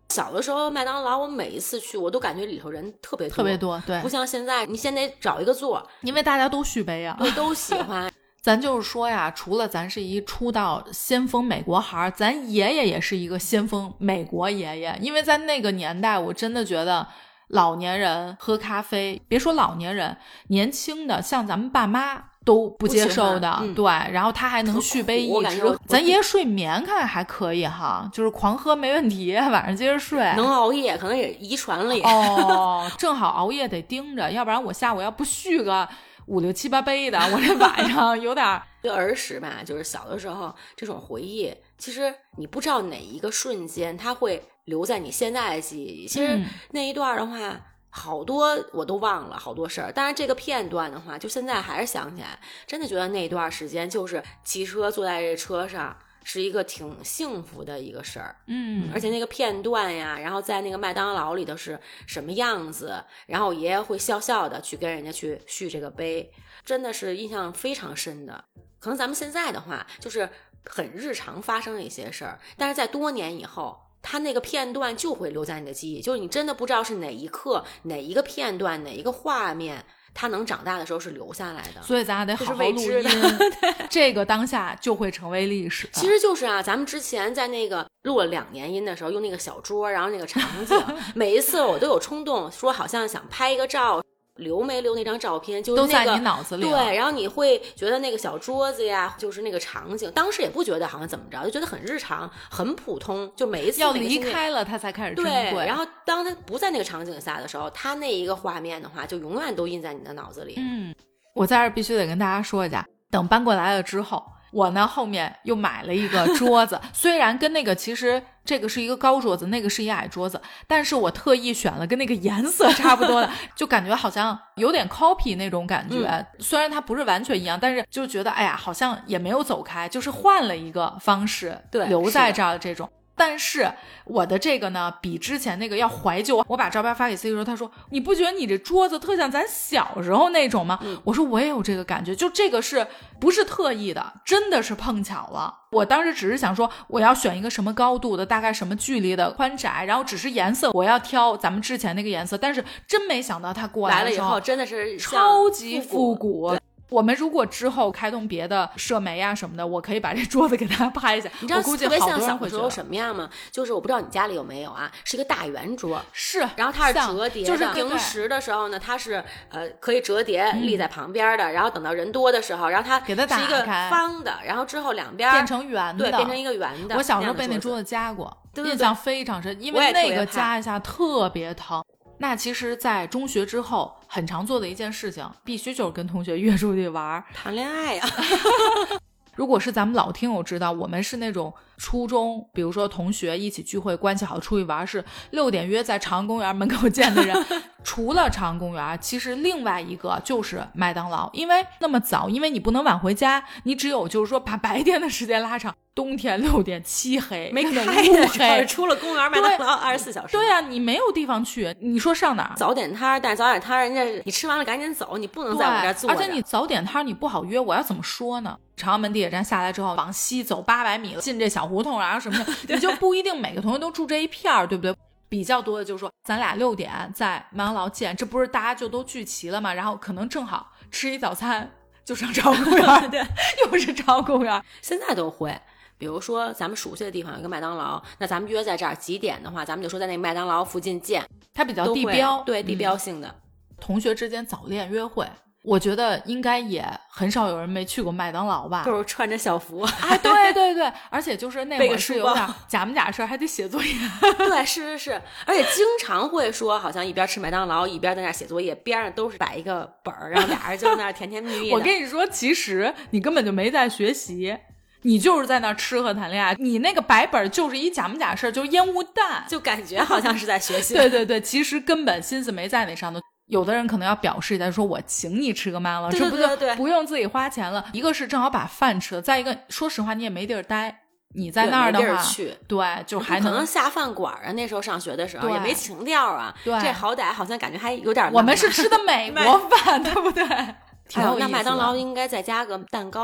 B: 小的时候麦当劳我每一次去我都感觉里头人特别多
A: 特别多，对，
B: 不像现在你先得找一个座，
A: 因为大家都续杯啊，
B: 对，都喜欢。
A: 咱就是说呀，除了咱是一出道先锋美国孩，咱爷爷也是一个先锋美国爷爷。因为在那个年代，我真的觉得老年人喝咖啡，别说老年人，年轻的像咱们爸妈都不接受的，
B: 嗯、
A: 对。然后他还能续杯一直，咱爷爷睡眠看还可以哈，就是狂喝没问题，晚上接着睡。
B: 能熬夜，可能也遗传了也。
A: 哦，正好熬夜得盯着，要不然我下午要不续个五六七八杯的，我这晚上有点
B: 就儿时吧，就是小的时候这种回忆，其实你不知道哪一个瞬间它会留在你现在的记忆。其实那一段的话、嗯、好多我都忘了好多事儿，但是这个片段的话就现在还是想起来，真的觉得那一段时间就是骑车坐在这车上是一个挺幸福的一个事儿。
A: 嗯，
B: 而且那个片段呀，然后在那个麦当劳里头是什么样子，然后爷爷会笑笑的去跟人家去续这个杯，真的是印象非常深的。可能咱们现在的话就是很日常发生的一些事儿，但是在多年以后他那个片段就会留在你的记忆，就是你真的不知道是哪一刻哪一个片段哪一个画面他能长大的时候是留下来的，
A: 所以咱俩得好好录音，这个当下就会成为历史。
B: 其实就是啊，咱们之前在那个录了两年音的时候，用那个小桌，然后那个场景，每一次我都有冲动说好像想拍一个照，留没留那张照片，就是、那个、
A: 都在你脑子里。
B: 对，然后你会觉得那个小桌子呀，就是那个场景，当时也不觉得好像怎么着，就觉得很日常很普通，就每一次
A: 要离开了它才开始珍
B: 贵。
A: 对，
B: 然后当它不在那个场景下的时候，它那一个画面的话就永远都印在你的脑子里。
A: 嗯，我在这必须得跟大家说一下，等搬过来了之后，我呢后面又买了一个桌子虽然跟那个其实这个是一个高桌子，那个是一矮桌子，但是我特意选了跟那个颜色差不多的就感觉好像有点 copy 那种感觉、嗯、虽然它不是完全一样，但是就觉得哎呀好像也没有走开，就是换了一个方式
B: 对
A: 留在这儿的这种。但是我的这个呢比之前那个要怀旧，我把照片发给 C 的时候他说你不觉得你这桌子特像咱小时候那种吗、嗯、我说我也有这个感觉，就这个是不是特意的，真的是碰巧了。我当时只是想说我要选一个什么高度的大概什么距离的宽窄，然后只是颜色我要挑咱们之前那个颜色，但是真没想到他过来的时候
B: 来了以后真的是
A: 超级复古。我们如果之后开通别的社媒啊什么的，我可以把这桌子给大家拍一下。
B: 你知道
A: 特
B: 别像小时候什么样吗？就是我不知道你家里有没有啊，是一个大圆桌，
A: 是，
B: 然后它是折叠的，
A: 就是
B: 平时的时候呢，它是呃可以折叠立在旁边的、嗯，然后等到人多的时候，然后它
A: 给它打开，
B: 是一个方的，然后之后两边
A: 变成圆的，
B: 对，变成一个圆的。
A: 我小时候被那桌子夹过，
B: 对对对，
A: 印象非常深，因为那个夹一下特别疼。那其实在中学之后很常做的一件事情，必须就是跟同学约出去玩
B: 谈恋爱呀、
A: 啊、如果是咱们老听友知道，我们是那种初中比如说同学一起聚会关系好出去玩，是六点约在朝阳公园门口见的人除了朝阳公园，其实另外一个就是麦当劳。因为那么早，因为你不能晚回家，你只有就是说把白天的时间拉长，冬天六点漆黑
B: 没开
A: 的黑，
B: 出了公园麦当劳二十四小时。
A: 对啊，你没有地方去，你说上哪儿？
B: 早点摊，但是早点摊人家你吃完了赶紧走，你不能在我这儿坐着。
A: 而且你早点摊你不好约，我要怎么说呢？朝阳门地铁站下来之后往西走八百米进这小胡同，然后什么的你就不一定每个同学都住这一片儿，对不对？比较多的就是说咱俩六点在麦当劳见，这不是大家就都聚齐了吗？然后可能正好吃一早餐就上朝阳公园对，又是朝阳公园。
B: 现在都会比如说咱们熟悉的地方有一个麦当劳，那咱们约在这儿几点的话，咱们就说在那麦当劳附近见，
A: 它比较地标，
B: 对，地标性的、
A: 嗯、同学之间早恋约会，我觉得应该也很少有人没去过麦当劳吧，
B: 就是穿着校服
A: 啊，对对对，而且就是那会儿是有点假模假式，还得写作业
B: 对，是是是，而且经常会说好像一边吃麦当劳一边在那写作业，边上都是摆一个本儿，然后俩人就在那甜甜蜜蜜的
A: 我跟你说其实你根本就没在学习，你就是在那吃喝谈恋爱，你那个白本就是一假模假式，就是烟雾弹，
B: 就感觉好像是在学习
A: 对对对，其实根本心思没在那上头。有的人可能要表示一下，说我请你吃个麦当劳，这不就不用自己花钱了。一个是正好把饭吃了，再一个说实话你也没地儿待，你在那儿的话，
B: 去
A: 对，就还能
B: 可能下饭馆啊。那时候上学的时候也没情调啊，
A: 对，
B: 这好歹好像感觉还有点。
A: 我们是吃的美国饭，对不对？
B: 还有、哎、那麦当劳应该再加个蛋糕。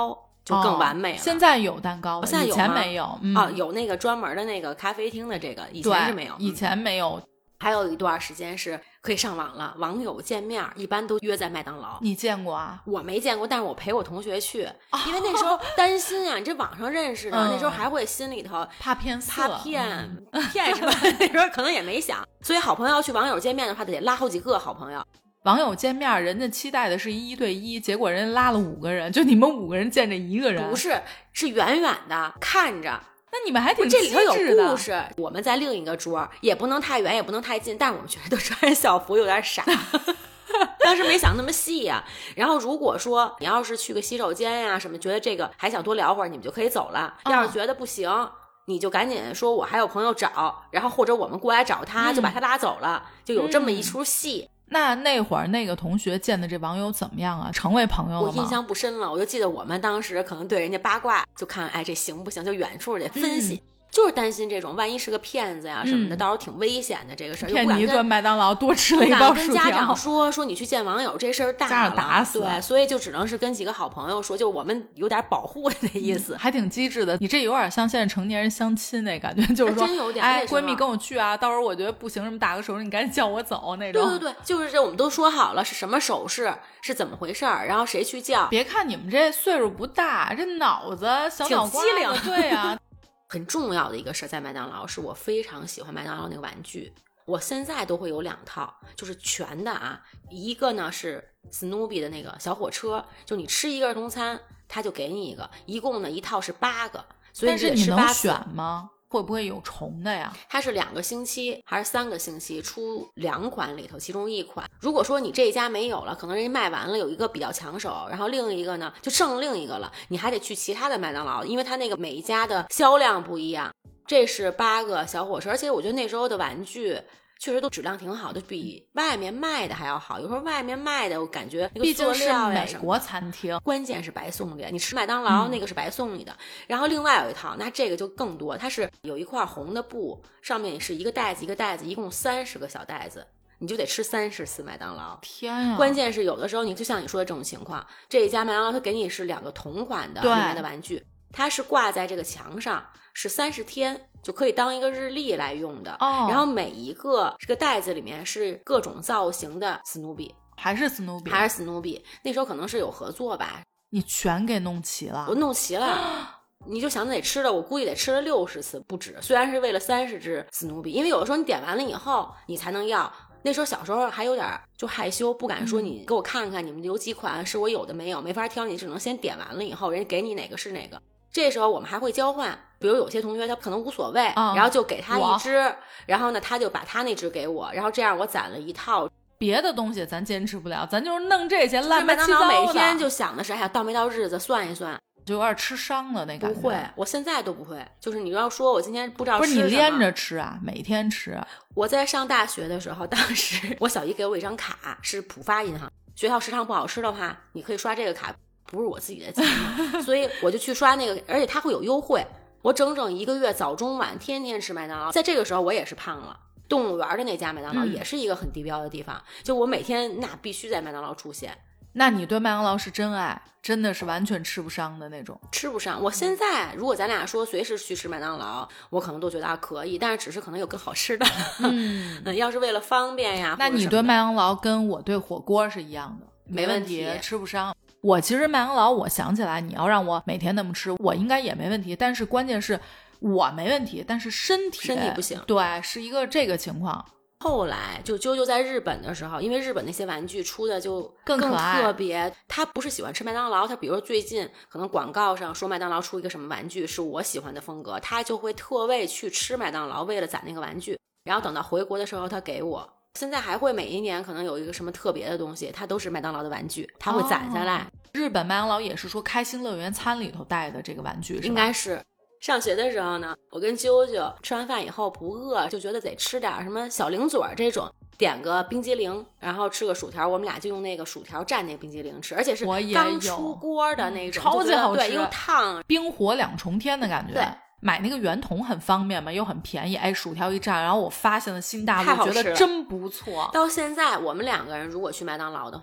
B: 就更完美了。
A: 哦、现在有蛋糕了，
B: 现在有吗？
A: 以前没有。嗯、
B: 哦，有那个专门的那个咖啡厅的这个，以前是没有。
A: 以前没有。
B: 还有一段时间是可以上网了，网友见面一般都约在麦当劳。
A: 你见过啊？
B: 我没见过，但是我陪我同学去，哦、因为那时候担心啊，你这网上认识的，嗯、那时候还会心里头
A: 怕骗色，
B: 怕骗、嗯、骗什么？那时候可能也没想，所以好朋友要去网友见面的话，得拉好几个好朋友。
A: 网友见面，人家期待的是一对一，结果人家拉了五个人，就你们五个人见这一个人。
B: 不是，是远远的看着。
A: 那你们还挺
B: 这里头有故事。我们在另一个桌，也不能太远，也不能太近，但是我们觉得都穿着校服，有点傻。当时没想那么细呀、啊。然后如果说你要是去个洗手间呀、啊、什么，觉得这个还想多聊会儿，你们就可以走了。
A: 哦、
B: 要是觉得不行，你就赶紧说我还有朋友找，然后或者我们过来找他，
A: 嗯、
B: 就把他拉走了，就有这么一出戏。
A: 嗯那那会儿那个同学见的这网友怎么样啊？成为朋友了吗？
B: 我印象不深了，我就记得我们当时可能对人家八卦，就看哎这行不行，就远处得分析。嗯，就是担心这种万一是个骗子呀什么的，嗯、到时候挺危险的这个事儿。
A: 骗你一顿麦当劳，多吃了一包薯条。
B: 跟家长说说你去见网友这事儿大了，
A: 家长打死。
B: 对，所以就只能是跟几个好朋友说，就我们有点保护的那意思、
A: 嗯，还挺机智的。你这有点像现在成年人相亲那感觉，就是说，
B: 真有点
A: 哎，闺蜜跟我去啊，到时候我觉得不行，什么打个手势，你赶紧叫我走那种。
B: 对对对，就是这，我们都说好了是什么手势，是怎么回事儿，然后谁去叫。
A: 别看你们这岁数不大，这脑子小脑瓜子，对啊。
B: 很重要的一个事，在麦当劳是我非常喜欢麦当劳那个玩具，我现在都会有两套，就是全的啊。一个呢是 Snoopy 的那个小火车，就你吃一个儿童餐，他就给你一个，一共呢一套是八个，所以
A: 你得吃八次。但是你能选吗？会不会有重的呀？
B: 它是两个星期还是三个星期出两款里头其中一款，如果说你这一家没有了，可能人家卖完了，有一个比较抢手，然后另一个呢就剩另一个了，你还得去其他的麦当劳，因为它那个每一家的销量不一样。这是八个小火车，而且我觉得那时候的玩具确实都质量挺好的，比外面卖的还要好。有时候外面卖的我感觉那个塑料呀什么，
A: 美国餐厅
B: 关键是白送的，你吃麦当劳、嗯、那个是白送你的。然后另外有一套，那这个就更多，它是有一块红的布，上面是一个袋子一个袋子，一共三十个小袋子，你就得吃三十次麦当劳。
A: 天啊！
B: 关键是有的时候你就像你说的这种情况，这一家麦当劳它给你是两个同款的里面的玩具，它是挂在这个墙上，是三十天就可以当一个日历来用的。
A: 哦，
B: 然后每一个这个袋子里面是各种造型的 Snoopy，
A: 还是 Snoopy，
B: 还是 Snoopy。那时候可能是有合作吧。
A: 你全给弄齐了？
B: 我弄齐了。你就想得吃了，我估计得吃了六十次不止。虽然是为了三十只 Snoopy， 因为有的时候你点完了以后你才能要。那时候小时候还有点就害羞，不敢说你给我看看你们有几款是我有的没有，没法挑，你只能先点完了以后人家给你哪个是哪个。这时候我们还会交换，比如有些同学他可能无所谓、嗯、然后就给他一只，然后呢他就把他那只给我，然后这样我攒了一套。
A: 别的东西咱坚持不了，咱就是弄这些乱七八糟的。
B: 每天就想的是哎呀到没到日子算一算，
A: 就有点吃伤了那感觉。
B: 不会，我现在都不会。就是你要说我今天不知道吃什么，
A: 不是你连着吃啊，每天吃。
B: 我在上大学的时候，当时我小姨给我一张卡，是浦发银行，学校食堂不好吃的话你可以刷这个卡，不是我自己的钱所以我就去刷那个，而且它会有优惠。我整整一个月早中晚天天吃麦当劳，在这个时候我也是胖了。动物园的那家麦当劳也是一个很地标的地方、嗯、就我每天那必须在麦当劳出现。
A: 那你对麦当劳是真爱，真的是完全吃不上的那种？
B: 吃不上。我现在如果咱俩说随时去吃麦当劳，我可能都觉得、啊、可以，但是只是可能有更好吃的。嗯要是为了方便呀，
A: 那你对麦当劳跟我对火锅是一样的，
B: 没问题，
A: 吃不上。我其实麦当劳我想起来你要让我每天那么吃我应该也没问题，但是关键是我没问题，但是身体
B: 身体不行。
A: 对，是一个这个情况。
B: 后来就啾啾在日本的时候，因为日本那些玩具出的就
A: 更可爱
B: 更特别，他不是喜欢吃麦当劳，他比如说最近可能广告上说麦当劳出一个什么玩具是我喜欢的风格，他就会特为去吃麦当劳，为了攒那个玩具，然后等到回国的时候他给我。现在还会每一年可能有一个什么特别的东西，它都是麦当劳的玩具，他会攒下来、哦、
A: 日本麦当劳也是说开心乐园餐里头带的这个玩具是吧？
B: 应该是。上学的时候呢，我跟啾啾吃完饭以后不饿，就觉得得吃点什么小零嘴这种，点个冰激凌，然后吃个薯条，我们俩就用那个薯条蘸那个冰激凌吃，而且是刚出锅的那种，
A: 超级好吃，
B: 对，又烫，
A: 冰火两重天的感觉。
B: 对，
A: 买那个圆筒很方便嘛，又很便宜，哎，薯条一蘸，然后我发现了新大陆，觉得真不错。
B: 到现在我们两个人如果去麦当劳的话，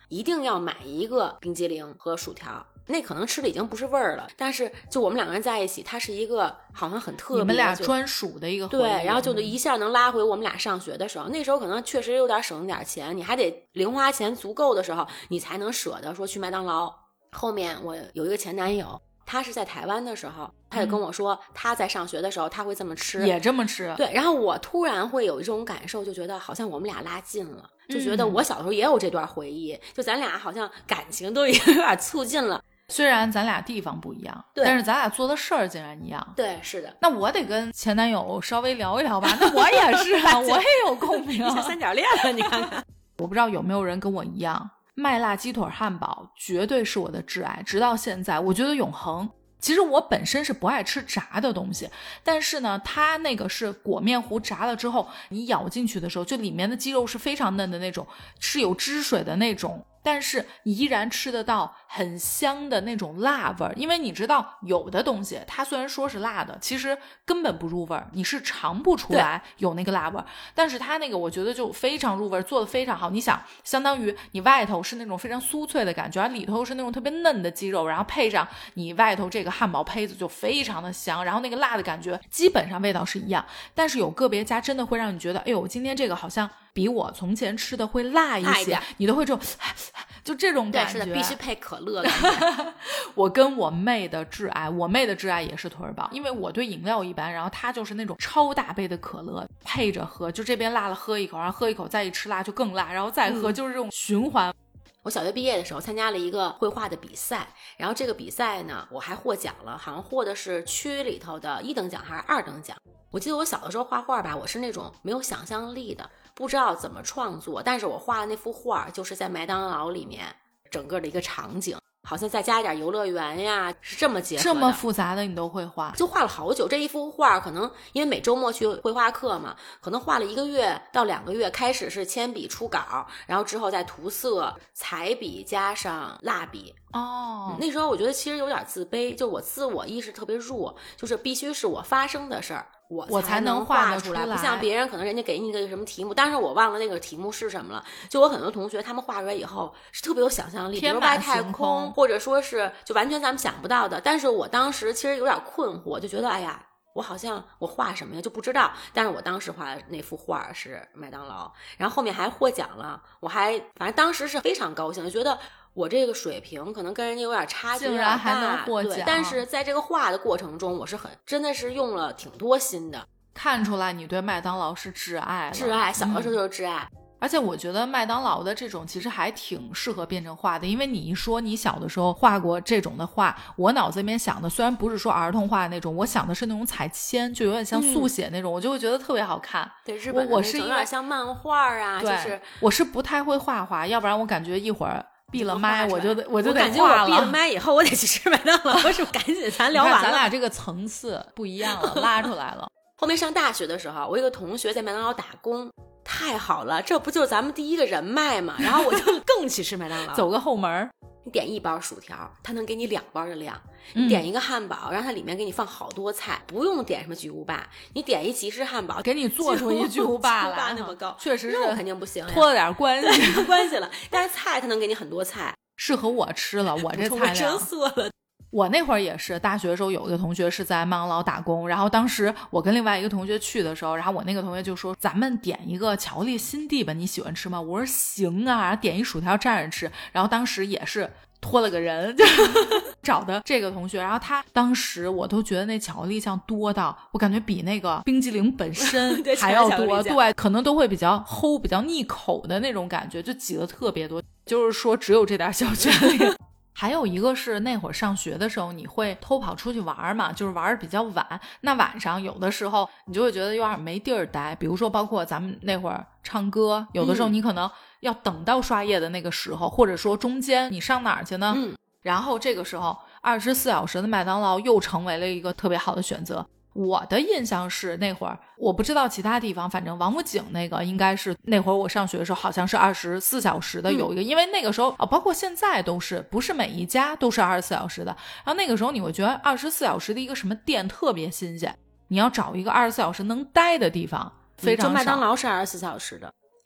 B: 一定要买一个冰激凌和薯条。那可能吃的已经不是味儿了，但是就我们两个人在一起，它是一个好像很特别，
A: 你们俩专属的一个回忆。
B: 对，然后就一下能拉回我们俩上学的时候，那时候可能确实有点省点钱，你还得零花钱足够的时候，你才能舍得说去麦当劳。后面我有一个前男友，他是在台湾的时候，他就跟我说、嗯、他在上学的时候他会这么吃，
A: 也这么吃。
B: 对，然后我突然会有一种感受，就觉得好像我们俩拉近了，就觉得我小时候也有这段回忆、嗯、就咱俩好像感情都有点促进了。
A: 虽然咱俩地方不一样，但是咱俩做的事儿竟然一样。
B: 对，是的。
A: 那我得跟前男友稍微聊一聊吧。那我也是啊，我也有共鸣。
B: 像三角恋了，你看看。
A: 我不知道有没有人跟我一样，麦辣鸡腿汉堡绝对是我的挚爱，直到现在，我觉得永恒。其实我本身是不爱吃炸的东西，但是呢，它那个是裹面糊炸了之后，你咬进去的时候，就里面的鸡肉是非常嫩的那种，是有汁水的那种。但是你依然吃得到很香的那种辣味儿，因为你知道有的东西它虽然说是辣的，其实根本不入味儿，你是尝不出来有那个辣味儿。但是它那个我觉得就非常入味儿，做得非常好。你想，相当于你外头是那种非常酥脆的感觉，里头是那种特别嫩的鸡肉，然后配上你外头这个汉堡胚子就非常的香，然后那个辣的感觉基本上味道是一样，但是有个别家真的会让你觉得，哎呦，今天这个好像比我从前吃的会辣一些，你都会这种就这种感觉。
B: 对，是的，必须配可乐。
A: 我跟我妹的挚爱，我妹的挚爱也是腿儿堡，因为我对饮料一般，然后她就是那种超大杯的可乐配着喝，就这边辣了喝一口，然后喝一口再一吃辣就更辣，然后再喝、嗯、就是这种循环。
B: 我小学毕业的时候参加了一个绘画的比赛，然后这个比赛呢我还获奖了，好像获的是区里头的一等奖还是二等奖。我记得我小的时候画画吧，我是那种没有想象力的，不知道怎么创作，但是我画的那幅画就是在麦当劳里面整个的一个场景，好像再加一点游乐园呀，是这么结合的。
A: 这么复杂的你都会画？
B: 就画了好久，这一幅画可能因为每周末去绘画课嘛，可能画了一个月到两个月，开始是铅笔初稿，然后之后再涂色、彩笔加上蜡笔。
A: 哦、
B: 嗯，那时候我觉得其实有点自卑，就我自我意识特别弱，就是必须是我发生的事儿我
A: 我才能
B: 画
A: 出
B: 来，不像别人可能人家给你一个什么题目，但是我忘了那个题目是什么了。就我很多同学他们画出来以后是特别有想象力，比如外太空，或者说是就完全咱们想不到的。但是我当时其实有点困惑，就觉得哎呀，我好像我画什么呀就不知道。但是我当时画的那幅画是麦当劳，然后后面还获奖了，我还反正当时是非常高兴，就觉得我这个水平可能跟人家有点差距，
A: 竟然还能获奖。
B: 对，但是在这个画的过程中，我是很真的是用了挺多心的。
A: 看出来你对麦当劳是挚爱了，
B: 挚爱，小的时候就是挚爱。
A: 嗯，而且我觉得麦当劳的这种其实还挺适合变成画的，因为你一说你小的时候画过这种的画，我脑子里面想的虽然不是说儿童画那种，我想的是那种彩铅，就有点像速写那种、嗯、我就会觉得特别好看。
B: 对，日本的
A: 我是
B: 有点像漫画啊，
A: 对，
B: 就是
A: 我是不太会画画，要不然我感觉一会儿闭了麦我就得我就得
B: 感觉我闭了麦以后我得去吃麦当劳，是不是赶紧咱聊完了？
A: 咱俩这个层次不一样了，拉出来了。
B: 后面上大学的时候，我有个同学在麦当劳打工，太好了，这不就是咱们第一个人脉嘛？然后我就更去吃麦当劳，
A: 走个后门。
B: 你点一包薯条，他能给你两包的量；你点一个汉堡，让它里面给你放好多菜，不用点什么巨无霸，你点一吉士汉堡，
A: 给你做出一巨无霸来，
B: 那么高，
A: 确实是
B: 肉肯定不行呀，
A: 脱了点关系，
B: 关系了。但是菜他能给你很多菜，
A: 适合我吃了，我这菜量。
B: 了。
A: 我那会儿也是大学的时候，有一个同学是在麦当劳打工，然后当时我跟另外一个同学去的时候，然后我那个同学就说咱们点一个巧克力心地吧，你喜欢吃吗？我说行啊，点一薯条蘸着吃。然后当时也是托了个人就找的这个同学，然后他当时我都觉得那巧克力酱多到我感觉比那个冰激凌本身还要多，对，可能都会比较齁比较腻口的那种感觉，就挤得特别多，就是说只有这点小权利。还有一个是那会儿上学的时候，你会偷跑出去玩嘛，就是玩的比较晚，那晚上有的时候你就会觉得有点没地儿待，比如说包括咱们那会儿唱歌，有的时候你可能要等到刷夜的那个时候、嗯、或者说中间你上哪儿去呢、嗯、然后这个时候二十四小时的麦当劳又成为了一个特别好的选择。我的印象是那会儿我不知道其他地方，反正王府井那个应该是那会儿我上学的时候好像是二十四小时的有一个、嗯、因为那个时候、哦、包括现在都是不是每一家都是二十四小时的，然后那个时候你会觉得二十四小时的一个什么店特别新鲜，你要找一个二十四小时能待的地方非常少、
B: 嗯、就麦当劳是二十四小时的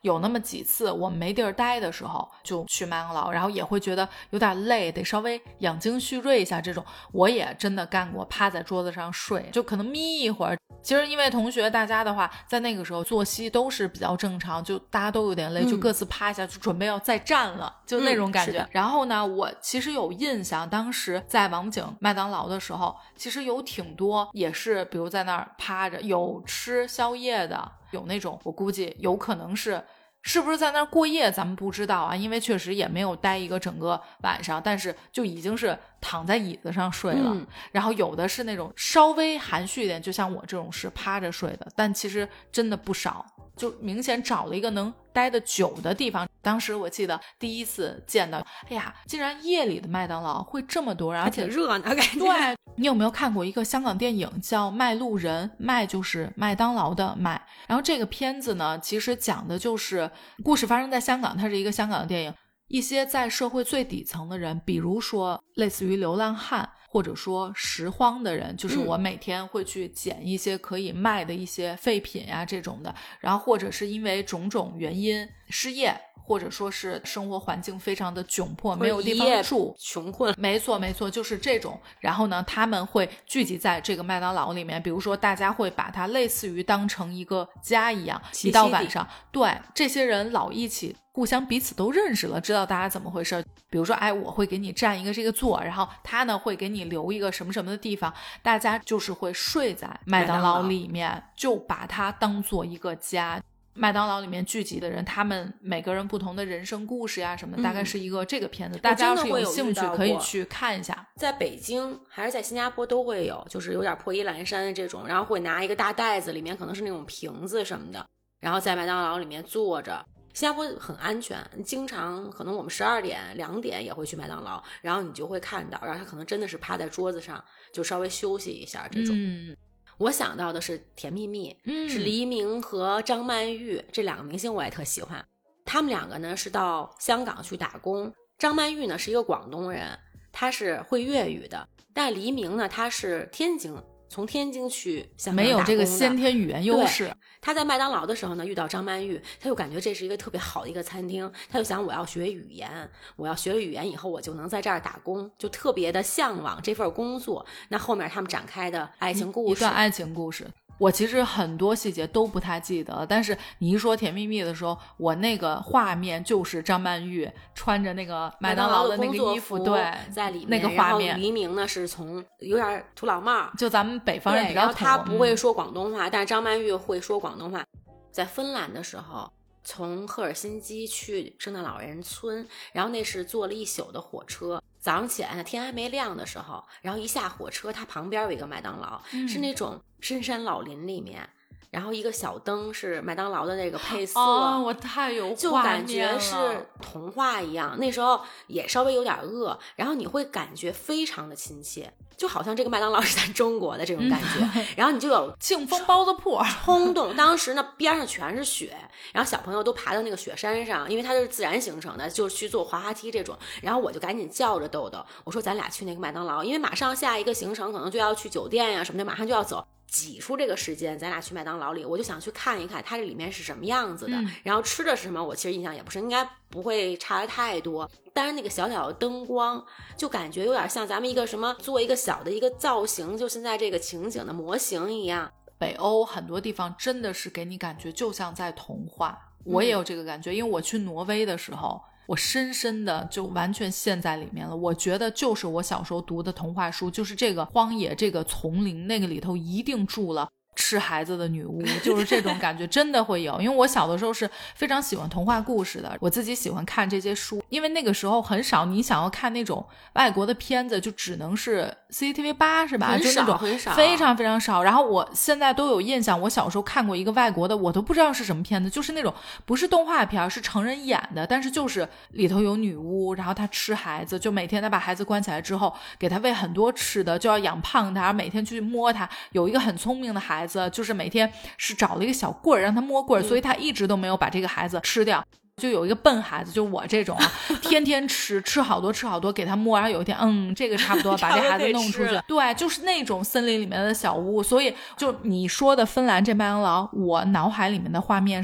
A: 有那么几次我们没地儿待的时候就去麦当劳，然后也会觉得有点累，得稍微养精蓄锐一下，这种我也真的干过，趴在桌子上睡，就可能眯一会儿。其实因为同学大家的话在那个时候作息都是比较正常，就大家都有点累、嗯、就各自趴一下就准备要再站了，就那种感觉、嗯、然后呢我其实有印象，当时在王府井麦当劳的时候其实有挺多也是比如在那儿趴着，有吃宵夜的，有那种我估计有可能是是不是在那儿过夜咱们不知道啊，因为确实也没有待一个整个晚上，但是就已经是躺在椅子上睡了、嗯、然后有的是那种稍微含蓄一点，就像我这种是趴着睡的，但其实真的不少，就明显找了一个能待得久的地方。当时我记得第一次见到，哎呀竟然夜里的麦当劳会这么多人，而且
B: 热闹感觉。
A: 对，你有没有看过一个香港电影叫《麦路人》，麦就是麦当劳的麦，然后这个片子呢其实讲的就是故事发生在香港，它是一个香港的电影，一些在社会最底层的人，比如说类似于流浪汉或者说拾荒的人，就是我每天会去捡一些可以卖的一些废品呀、啊、这种的，然后或者是因为种种原因失业，或者说是生活环境非常的窘迫，没有地方住，
B: 穷困，
A: 没错没错，就是这种。然后呢他们会聚集在这个麦当劳里面，比如说大家会把它类似于当成一个家一样，一到晚上，对，这些人老一起互相彼此都认识了，知道大家怎么回事。比如说哎，我会给你占一个这个座，然后他呢会给你留一个什么什么的地方，大家就是会睡在麦当劳里面，就把它当做一个家。麦当劳里面聚集的人，他们每个人不同的人生故事呀什么、嗯、大概是一个这个片子，大家要是有兴趣可以去看一下。
B: 在北京还是在新加坡都会有，就是有点破衣烂衫这种，然后会拿一个大袋子，里面可能是那种瓶子什么的，然后在麦当劳里面坐着。新加坡很安全，经常可能我们十二点两点也会去麦当劳，然后你就会看到，然后他可能真的是趴在桌子上就稍微休息一下这种。
A: 嗯，
B: 我想到的是甜蜜蜜、嗯、是黎明和张曼玉这两个明星，我也特喜欢。他们两个呢是到香港去打工，张曼玉呢是一个广东人，她是会粤语的，但黎明呢他是天津，从天津去香港打工的，
A: 没有这个先天语言优势。
B: 他在麦当劳的时候呢遇到张曼玉，他就感觉这是一个特别好的一个餐厅，他就想我要学语言，我要学了语言以后我就能在这儿打工，就特别的向往这份工作。那后面他们展开的爱情故事，
A: 一段爱情故事，我其实很多细节都不太记得，但是你一说甜蜜蜜的时候，我那个画面就是张曼玉穿着那个麦当劳的那个衣服，对，
B: 在里面
A: 那个画面。
B: 然后黎明呢是从有点土老帽，
A: 就咱们北方人比较土，
B: 他不会说广东话、嗯、但是张曼玉会说广东话。在芬兰的时候，从赫尔辛基去圣诞老人村，然后那是坐了一宿的火车，早上起来呢天还没亮的时候，然后一下火车它旁边有一个麦当劳、嗯、是那种深山老林里面，然后一个小灯是麦当劳的那个配色，
A: 哦，我太有画面了，
B: 就感觉是童话一样。那时候也稍微有点饿，然后你会感觉非常的亲切，就好像这个麦当劳是咱中国的这种感觉、嗯、然后你就有
A: 庆丰包子铺
B: 冲动。当时呢边上全是雪，然后小朋友都爬到那个雪山上，因为它是自然形成的，就是去做滑滑梯这种。然后我就赶紧叫着豆豆，我说咱俩去那个麦当劳，因为马上下一个行程可能就要去酒店呀什么的，马上就要走，挤出这个时间咱俩去麦当劳里，我就想去看一看它这里面是什么样子的、嗯、然后吃的是什么我其实印象也不是，应该不会差得太多，但是那个小小的灯光就感觉有点像咱们一个什么做一个小的一个造型，就现在这个情景的模型一样。
A: 北欧很多地方真的是给你感觉就像在童话，我也有这个感觉、嗯、因为我去挪威的时候我深深的就完全陷在里面了，我觉得就是我小时候读的童话书，就是这个荒野这个丛林那个里头一定住了吃孩子的女巫，就是这种感觉真的会有。因为我小的时候是非常喜欢童话故事的，我自己喜欢看这些书，因为那个时候很少你想要看那种外国的片子，就只能是 C C T V 八是吧，
B: 很少
A: 就那种
B: 很少，
A: 非常非常少。然后我现在都有印象，我小时候看过一个外国的，我都不知道是什么片子，就是那种不是动画片，是成人演的，但是就是里头有女巫，然后她吃孩子，就每天她把孩子关起来之后给她喂很多吃的，就要养胖她，每天去摸她。有一个很聪明的孩子，就是每天是找了一个小棍儿让他摸棍儿、嗯、所以他一直都没有把这个孩子吃掉。就有一个笨孩子，就我这种啊，天天吃吃好多吃好多给他摸，然后有一天嗯这个差不多把这孩子弄出去。对，就是那种森林里面的小屋。所以就你说的芬兰这麦当劳，我脑海里面的画面是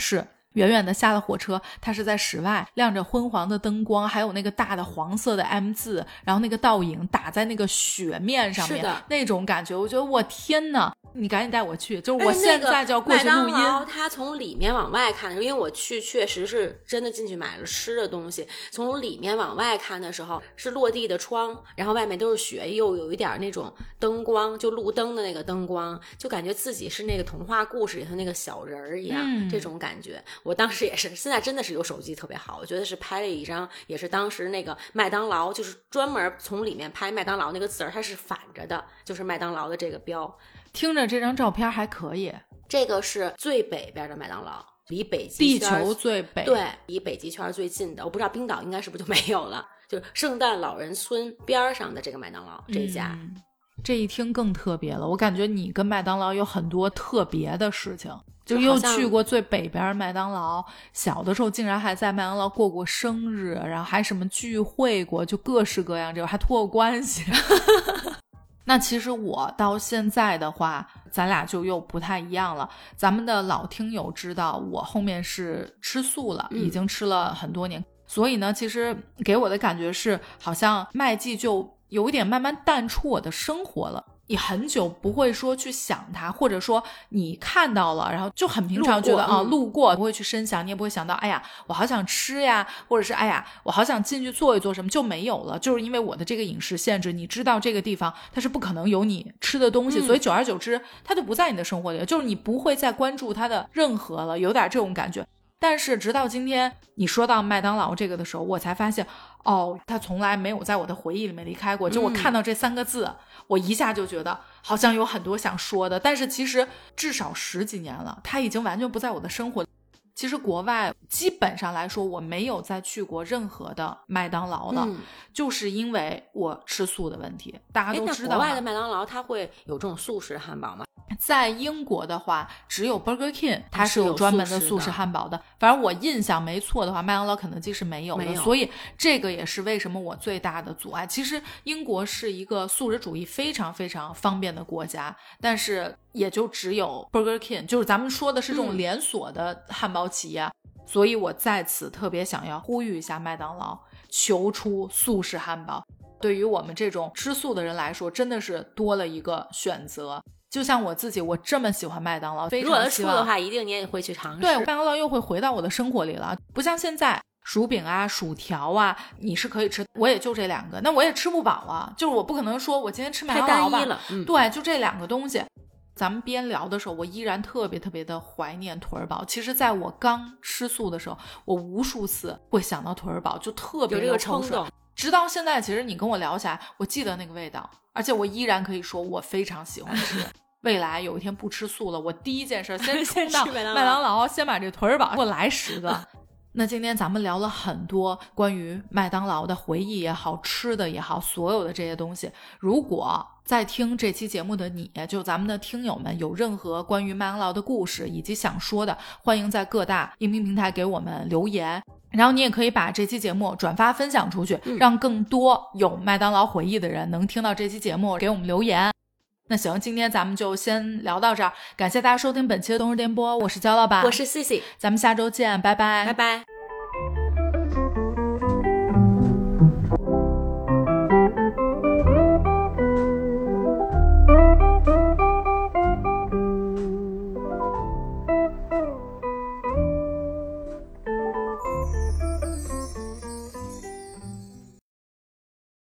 A: 远远的下了火车，它是在室外，亮着昏黄的灯光，还有那个大的黄色的 M 字，然后那个倒影打在那个雪面上面，
B: 是的，
A: 那种感觉，我觉得我天哪，你赶紧带我去，就是我现在就要过去录音。
B: 麦当劳它从里面往外看的时候，因为我去确实是真的进去买了吃的东西，从里面往外看的时候是落地的窗，然后外面都是雪，又有一点那种灯光，就路灯的那个灯光，就感觉自己是那个童话故事里头那个小人儿一样、嗯、这种感觉。我当时也是，现在真的是有手机特别好，我觉得是拍了一张，也是当时那个麦当劳，就是专门从里面拍麦当劳那个字儿，它是反着的，就是麦当劳的这个标。
A: 听着这张照片还可以，
B: 这个是最北边的麦当劳，离北
A: 地
B: 极
A: 球最北，
B: 对，离北极圈最近的。我不知道冰岛应该是不是就没有了，就是圣诞老人村边上的这个麦当劳这家、
A: 嗯、这一听更特别了，我感觉你跟麦当劳有很多特别的事情，就又去过最北边麦当劳，小的时候竟然还在麦当劳过过生日，然后还什么聚会过，就各式各样，这种还托过关系那其实我到现在的话，咱俩就又不太一样了。咱们的老听友知道我后面是吃素了、嗯、已经吃了很多年，所以呢其实给我的感觉是好像麦记就有一点慢慢淡出我的生活了，也很久不会说去想它，或者说你看到了然后就很平常觉得啊、嗯、路过不会去深想，你也不会想到哎呀我好想吃呀，或者是哎呀我好想进去做一做什么，就没有了。就是因为我的这个饮食限制，你知道这个地方它是不可能有你吃的东西、嗯、所以久而久之它就不在你的生活里，就是你不会再关注它的任何了，有点这种感觉。但是直到今天你说到麦当劳这个的时候，我才发现哦，它从来没有在我的回忆里面离开过。就我看到这三个字、嗯、我一下就觉得好像有很多想说的，但是其实至少十几年了，它已经完全不在我的生活。其实国外基本上来说我没有再去过任何的麦当劳了、嗯、就是因为我吃素的问题。大家都知道
B: 国外的麦当劳它会有这种素食汉堡吗？
A: 在英国的话只有 Burger King 它是有专门的素食汉堡的，反正我印象没错的话麦当劳肯德基是没有的，
B: 没有。
A: 所以这个也是为什么我最大的阻碍。其实英国是一个素食主义非常非常方便的国家，但是也就只有 Burger King， 就是咱们说的是这种连锁的汉堡企业、嗯、所以我在此特别想要呼吁一下麦当劳，求出素食汉堡，对于我们这种吃素的人来说真的是多了一个选择。就像我自己，我这么喜欢麦当劳，非常希望
B: 如果出的话一定你也会去尝试。
A: 对，麦当劳又会回到我的生活里了，不像现在薯饼啊薯条啊你是可以吃，我也就这两个，那我也吃不饱啊，就是我不可能说我今天吃麦当劳吧，
B: 太单一了、嗯、
A: 对，就这两个东西。咱们边聊的时候我依然特别特别的怀念腿儿堡。其实在我刚吃素的时候我无数次会想到腿儿堡，就特别
B: 有这个冲动，
A: 直到现在其实你跟我聊起来我记得那个味道，而且我依然可以说我非常喜欢吃未来有一天不吃素了，我第一件事先冲到麦当劳先把这腿儿堡给我来十个那今天咱们聊了很多关于麦当劳的回忆也好，吃的也好，所有的这些东西，如果在听这期节目的你，就咱们的听友们有任何关于麦当劳的故事以及想说的，欢迎在各大音频平台给我们留言，然后你也可以把这期节目转发分享出去、嗯、让更多有麦当劳回忆的人能听到这期节目，给我们留言。那行，今天咱们就先聊到这儿，感谢大家收听本期的冬日电波，我是焦老板，
B: 我是 C C，
A: 咱们下周见，拜拜，
B: 拜拜。